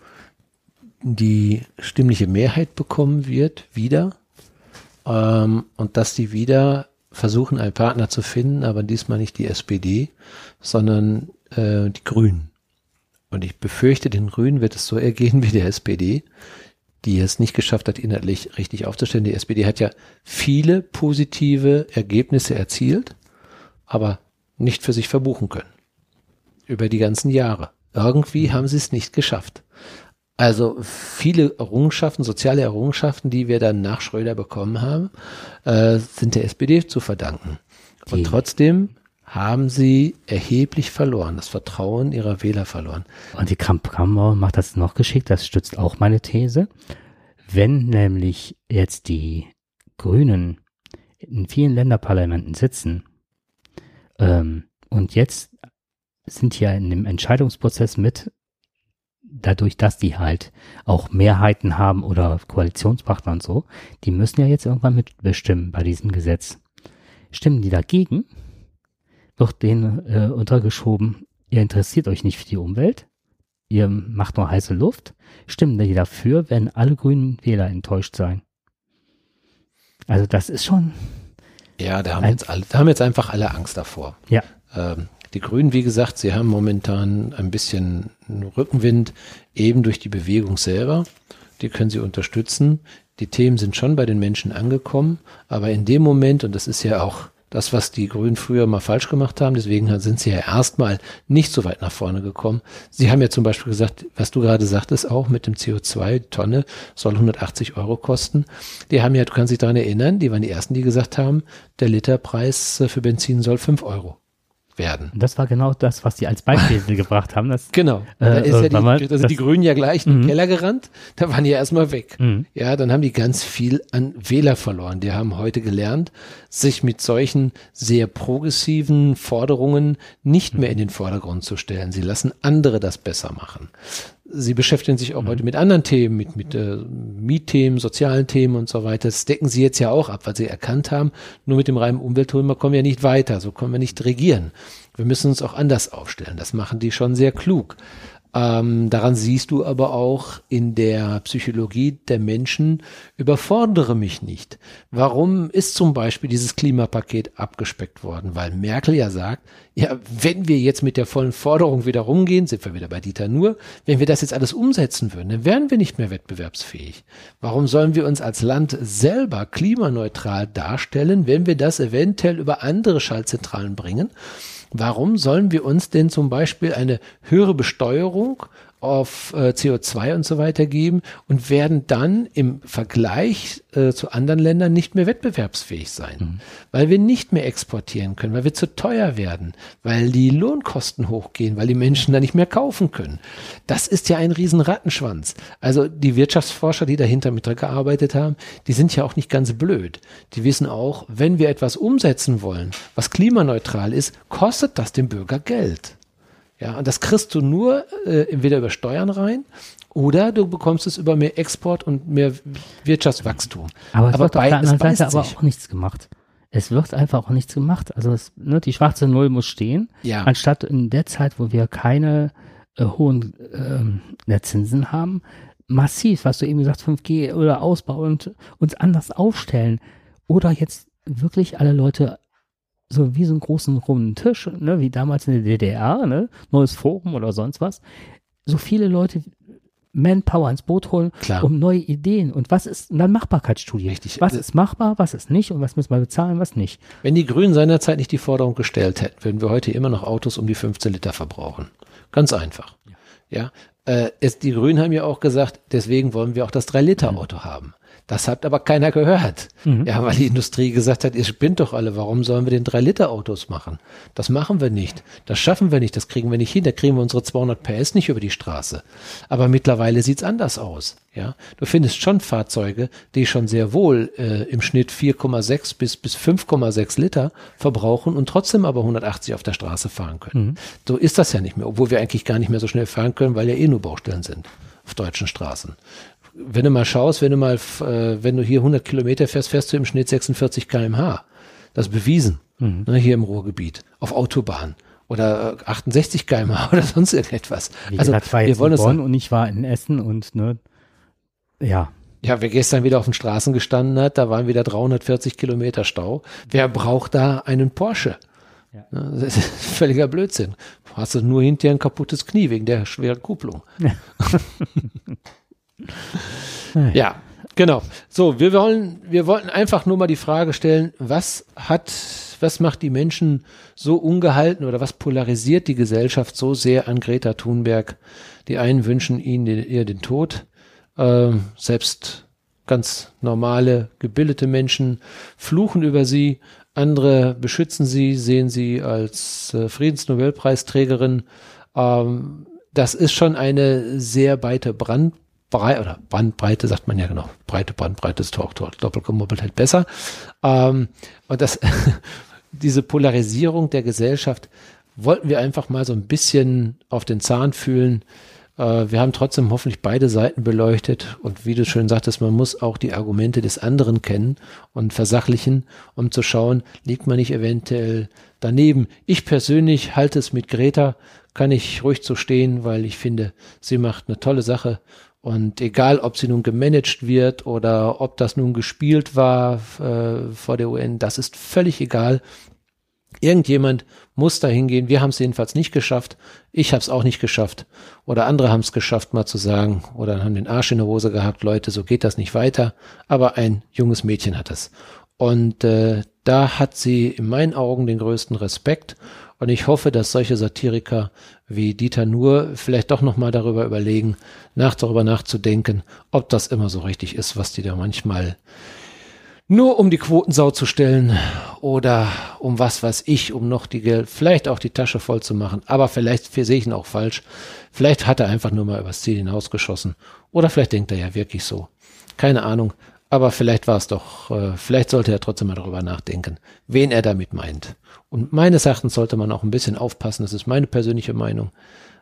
die stimmliche Mehrheit bekommen wird, wieder, und dass die wieder versuchen, einen Partner zu finden, aber diesmal nicht die SPD, sondern die Grünen. Und ich befürchte, den Grünen wird es so ergehen wie der SPD, die es nicht geschafft hat, inhaltlich richtig aufzustellen. Die SPD hat ja viele positive Ergebnisse erzielt, aber nicht für sich verbuchen können. Über die ganzen Jahre. Irgendwie haben sie es nicht geschafft. Also viele Errungenschaften, soziale Errungenschaften, die wir dann nach Schröder bekommen haben, sind der SPD zu verdanken. Und trotzdem haben sie erheblich verloren, das Vertrauen ihrer Wähler verloren. Und die Kramp-Karrenbauer macht das noch geschickt, das stützt auch meine These. Wenn nämlich jetzt die Grünen in vielen Länderparlamenten sitzen und jetzt sind ja in dem Entscheidungsprozess mit, dadurch, dass die halt auch Mehrheiten haben oder Koalitionspartner und so, die müssen ja jetzt irgendwann mitbestimmen bei diesem Gesetz. Stimmen die dagegen? Wird denen untergeschoben, ihr interessiert euch nicht für die Umwelt, ihr macht nur heiße Luft. Stimmen die dafür, werden alle grünen Wähler enttäuscht sein. Also das ist schon. Ja, da haben jetzt einfach alle Angst davor. Ja. Die Grünen, wie gesagt, sie haben momentan ein bisschen Rückenwind, eben durch die Bewegung selber. Die können sie unterstützen. Die Themen sind schon bei den Menschen angekommen, aber in dem Moment, und das ist ja auch das, was die Grünen früher mal falsch gemacht haben, deswegen sind sie ja erstmal nicht so weit nach vorne gekommen. Sie haben ja zum Beispiel gesagt, was du gerade sagtest, auch mit dem CO2-Tonne soll 180 € kosten. Die haben ja, du kannst dich daran erinnern, die waren die Ersten, die gesagt haben, der Literpreis für Benzin soll 5 € werden. Das war genau das, was die als Beispiel gebracht haben. Das, genau. Da ist ja die Grünen ja gleich in den Keller gerannt, da waren die ja erstmal weg. Ja, dann haben die ganz viel an Wähler verloren. Die haben heute gelernt, sich mit solchen sehr progressiven Forderungen nicht mehr in den Vordergrund zu stellen. Sie lassen andere das besser machen. Sie beschäftigen sich auch heute mit anderen Themen, mit Mietthemen, sozialen Themen und so weiter. Das decken sie jetzt ja auch ab, weil sie erkannt haben, nur mit dem reinen Umweltthema kommen wir nicht weiter, so können wir nicht regieren. Wir müssen uns auch anders aufstellen. Das machen die schon sehr klug. Daran siehst du aber auch in der Psychologie der Menschen, überfordere mich nicht. Warum ist zum Beispiel dieses Klimapaket abgespeckt worden? Weil Merkel ja sagt, ja, wenn wir jetzt mit der vollen Forderung wieder rumgehen, sind wir wieder bei Dieter Nuhr, wenn wir das jetzt alles umsetzen würden, dann wären wir nicht mehr wettbewerbsfähig. Warum sollen wir uns als Land selber klimaneutral darstellen, wenn wir das eventuell über andere Schaltzentralen bringen? Warum sollen wir uns denn zum Beispiel eine höhere Besteuerung auf CO2 und so weiter geben und werden dann im Vergleich zu anderen Ländern nicht mehr wettbewerbsfähig sein? Weil wir nicht mehr exportieren können, weil wir zu teuer werden, weil die Lohnkosten hochgehen, weil die Menschen da nicht mehr kaufen können. Das ist ja ein riesen Rattenschwanz. Also die Wirtschaftsforscher, die dahinter mitgearbeitet haben, die sind ja auch nicht ganz blöd. Die wissen auch, wenn wir etwas umsetzen wollen, was klimaneutral ist, kostet das dem Bürger Geld. Ja, und das kriegst du nur entweder über Steuern rein oder du bekommst es über mehr Export und mehr Wirtschaftswachstum. Aber es wird auf der anderen Seite aber auch nichts gemacht. Es wird einfach auch nichts gemacht. Also die schwarze Null muss stehen, anstatt in der Zeit, wo wir keine hohen Zinsen haben, massiv, was du eben gesagt, 5G oder Ausbau und uns anders aufstellen. Oder jetzt wirklich alle Leute so wie so einen großen runden Tisch, ne, wie damals in der DDR, ne, neues Forum oder sonst was, so viele Leute Manpower ins Boot holen, um neue Ideen und dann Machbarkeitsstudie. Richtig. Was ist machbar, was ist nicht und was müssen wir bezahlen, was nicht. Wenn die Grünen seinerzeit nicht die Forderung gestellt hätten, würden wir heute immer noch Autos um die 15 Liter verbrauchen. Ganz einfach. Ja. Die Grünen haben ja auch gesagt, deswegen wollen wir auch das 3-Liter-Auto haben. Das hat aber keiner gehört. Ja, weil die Industrie gesagt hat, ihr spinnt doch alle, warum sollen wir den 3-Liter-Autos machen? Das machen wir nicht. Das schaffen wir nicht, das kriegen wir nicht hin. Da kriegen wir unsere 200 PS nicht über die Straße. Aber mittlerweile sieht's anders aus. Ja, du findest schon Fahrzeuge, die schon sehr wohl im Schnitt 4,6 bis 5,6 Liter verbrauchen und trotzdem aber 180 auf der Straße fahren können. So ist das ja nicht mehr, obwohl wir eigentlich gar nicht mehr so schnell fahren können, weil ja eh nur Baustellen sind auf deutschen Straßen. Wenn du mal schaust, wenn du hier 100 Kilometer fährst, fährst du im Schnitt 46 km/h. Das ist bewiesen, ne, hier im Ruhrgebiet, auf Autobahn. Oder 68 km/h oder sonst irgendetwas. Also wir wollen in Bonn und ich war in Essen und ja, wer gestern wieder auf den Straßen gestanden hat, da waren wieder 340 Kilometer Stau. Wer braucht da einen Porsche? Ja. Das ist völliger Blödsinn. Hast du nur hinterher ein kaputtes Knie wegen der schweren Kupplung. Ja. Ja, genau. So, wir wollten einfach nur mal die Frage stellen, was macht die Menschen so ungehalten oder was polarisiert die Gesellschaft so sehr an Greta Thunberg? Die einen wünschen ihnen eher den Tod, selbst ganz normale, gebildete Menschen fluchen über sie, andere beschützen sie, sehen sie als Friedensnobelpreisträgerin. Das ist schon eine sehr weite Bandbreite, sagt man ja genau. Breite Bandbreite ist auch doppelt gemoppelt halt besser. Und diese Polarisierung der Gesellschaft wollten wir einfach mal so ein bisschen auf den Zahn fühlen. Wir haben trotzdem hoffentlich beide Seiten beleuchtet und wie du schön sagtest, man muss auch die Argumente des anderen kennen und versachlichen, um zu schauen, liegt man nicht eventuell daneben. Ich persönlich halte es mit Greta, kann ich ruhig so stehen, weil ich finde, sie macht eine tolle Sache Und egal, ob sie nun gemanagt wird oder ob das nun gespielt war vor der UN, das ist völlig egal. Irgendjemand muss da hingehen. Wir haben es jedenfalls nicht geschafft. Ich habe es auch nicht geschafft. Oder andere haben es geschafft, mal zu sagen, oder haben den Arsch in der Hose gehabt, Leute, so geht das nicht weiter. Aber ein junges Mädchen hat es. Und da hat sie in meinen Augen den größten Respekt. Und ich hoffe, dass solche Satiriker wie Dieter Nuhr vielleicht doch nochmal darüber überlegen, darüber nachzudenken, ob das immer so richtig ist, was die da manchmal nur um die Quotensau zu stellen oder um was weiß ich, um noch vielleicht auch die Tasche voll zu machen. Aber vielleicht sehe ich ihn auch falsch. Vielleicht hat er einfach nur mal übers Ziel hinausgeschossen. Oder vielleicht denkt er ja wirklich so. Keine Ahnung. Aber vielleicht war es doch, vielleicht sollte er trotzdem mal darüber nachdenken, wen er damit meint. Und meines Erachtens sollte man auch ein bisschen aufpassen, das ist meine persönliche Meinung,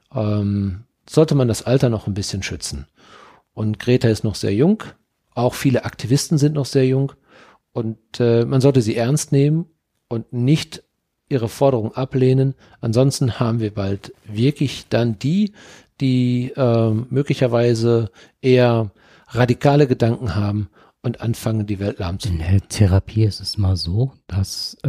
sollte man das Alter noch ein bisschen schützen. Und Greta ist noch sehr jung, auch viele Aktivisten sind noch sehr jung und man sollte sie ernst nehmen und nicht ihre Forderung ablehnen. Ansonsten haben wir bald wirklich dann die möglicherweise eher radikale Gedanken haben und anfangen, die Welt lahmzulegen. In der Therapie ist es mal so, dass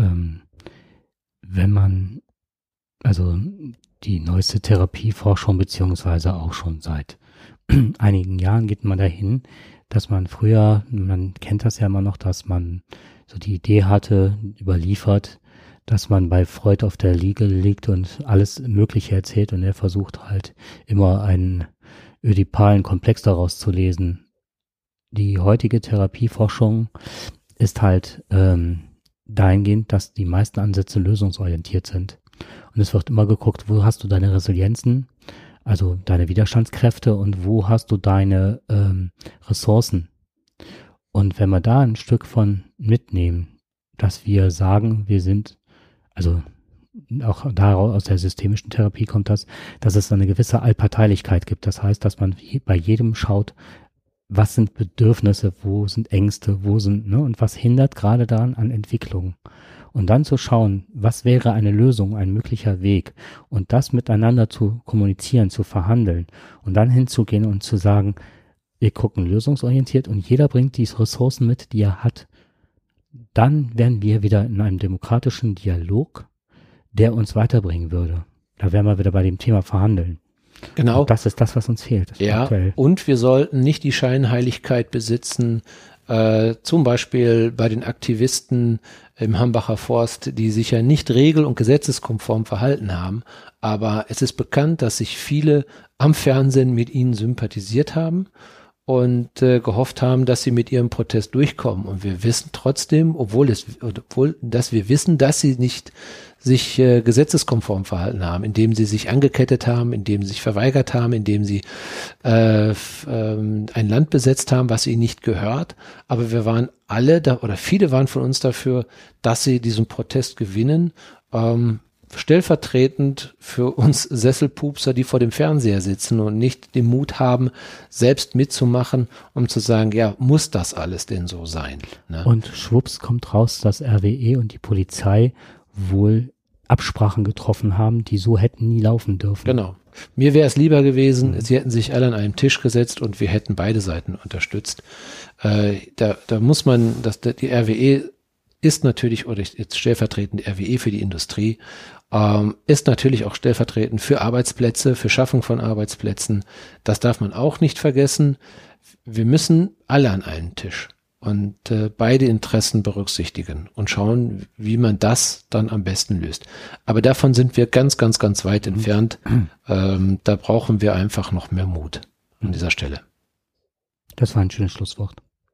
wenn man, also die neueste Therapieforschung beziehungsweise auch schon seit einigen Jahren geht man dahin, dass man früher, man kennt das ja immer noch, dass man so die Idee hatte, überliefert, dass man bei Freud auf der Liege liegt und alles Mögliche erzählt und er versucht halt immer einen ödipalen Komplex daraus zu lesen. Die heutige Therapieforschung ist halt dahingehend, dass die meisten Ansätze lösungsorientiert sind. Und es wird immer geguckt, wo hast du deine Resilienzen, also deine Widerstandskräfte und wo hast du deine Ressourcen. Und wenn wir da ein Stück von mitnehmen, dass wir sagen, wir sind, also auch daraus aus der systemischen Therapie kommt das, dass es eine gewisse Allparteilichkeit gibt. Das heißt, dass man bei jedem schaut, was sind Bedürfnisse, wo sind Ängste, wo sind, ne, und was hindert gerade daran an Entwicklung. Und dann zu schauen, was wäre eine Lösung, ein möglicher Weg und das miteinander zu kommunizieren, zu verhandeln und dann hinzugehen und zu sagen, wir gucken lösungsorientiert und jeder bringt die Ressourcen mit, die er hat. Dann wären wir wieder in einem demokratischen Dialog, der uns weiterbringen würde. Da wären wir wieder bei dem Thema Verhandeln. Genau. Und das ist das, was uns fehlt. Ja, aktuell. Und wir sollten nicht die Scheinheiligkeit besitzen, zum Beispiel bei den Aktivisten im Hambacher Forst, die sich ja nicht regel- und gesetzeskonform verhalten haben. Aber es ist bekannt, dass sich viele am Fernsehen mit ihnen sympathisiert haben und gehofft haben, dass sie mit ihrem Protest durchkommen. Und wir wissen trotzdem, obwohl dass wir wissen, dass sie nicht sich gesetzeskonform verhalten haben, indem sie sich angekettet haben, indem sie sich verweigert haben, indem sie ein Land besetzt haben, was ihnen nicht gehört. Aber wir waren alle da, oder viele waren von uns dafür, dass sie diesen Protest gewinnen, stellvertretend für uns Sesselpupser, die vor dem Fernseher sitzen und nicht den Mut haben, selbst mitzumachen, um zu sagen, ja, muss das alles denn so sein? Ne? Und schwupps kommt raus, dass RWE und die Polizei wohl Absprachen getroffen haben, die so hätten nie laufen dürfen. Genau. Mir wäre es lieber gewesen, sie hätten sich alle an einen Tisch gesetzt und wir hätten beide Seiten unterstützt. Da muss man, die RWE ist natürlich, oder jetzt stellvertretend RWE für die Industrie, ist natürlich auch stellvertretend für Arbeitsplätze, für Schaffung von Arbeitsplätzen. Das darf man auch nicht vergessen. Wir müssen alle an einen Tisch und beide Interessen berücksichtigen und schauen, wie man das dann am besten löst. Aber davon sind wir ganz, ganz, ganz weit entfernt. Da brauchen wir einfach noch mehr Mut an dieser Stelle. Das war ein schönes Schlusswort.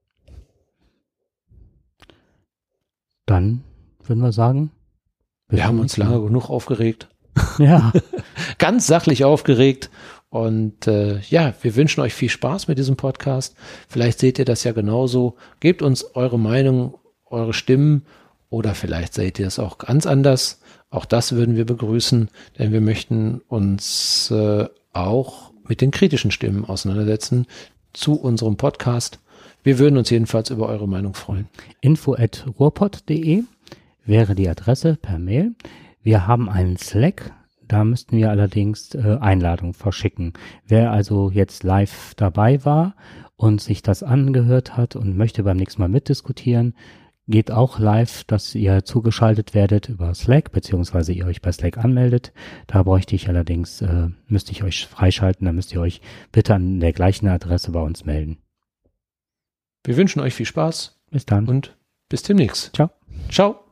Dann würden wir sagen, wir haben uns lange genug aufgeregt. Ja. Ganz sachlich aufgeregt. Und ja, wir wünschen euch viel Spaß mit diesem Podcast. Vielleicht seht ihr das ja genauso. Gebt uns eure Meinung, eure Stimmen oder vielleicht seht ihr es auch ganz anders. Auch das würden wir begrüßen, denn wir möchten uns auch mit den kritischen Stimmen auseinandersetzen zu unserem Podcast. Wir würden uns jedenfalls über eure Meinung freuen. info@ruhrpott.de wäre die Adresse per Mail. Wir haben einen Slack, Da müssten wir allerdings Einladungen verschicken. Wer also jetzt live dabei war und sich das angehört hat und möchte beim nächsten Mal mitdiskutieren, geht auch live, dass ihr zugeschaltet werdet über Slack, beziehungsweise ihr euch bei Slack anmeldet. Da bräuchte ich allerdings, müsste ich euch freischalten, da müsst ihr euch bitte an der gleichen Adresse bei uns melden. Wir wünschen euch viel Spaß. Bis dann. Und bis demnächst. Ciao. Ciao.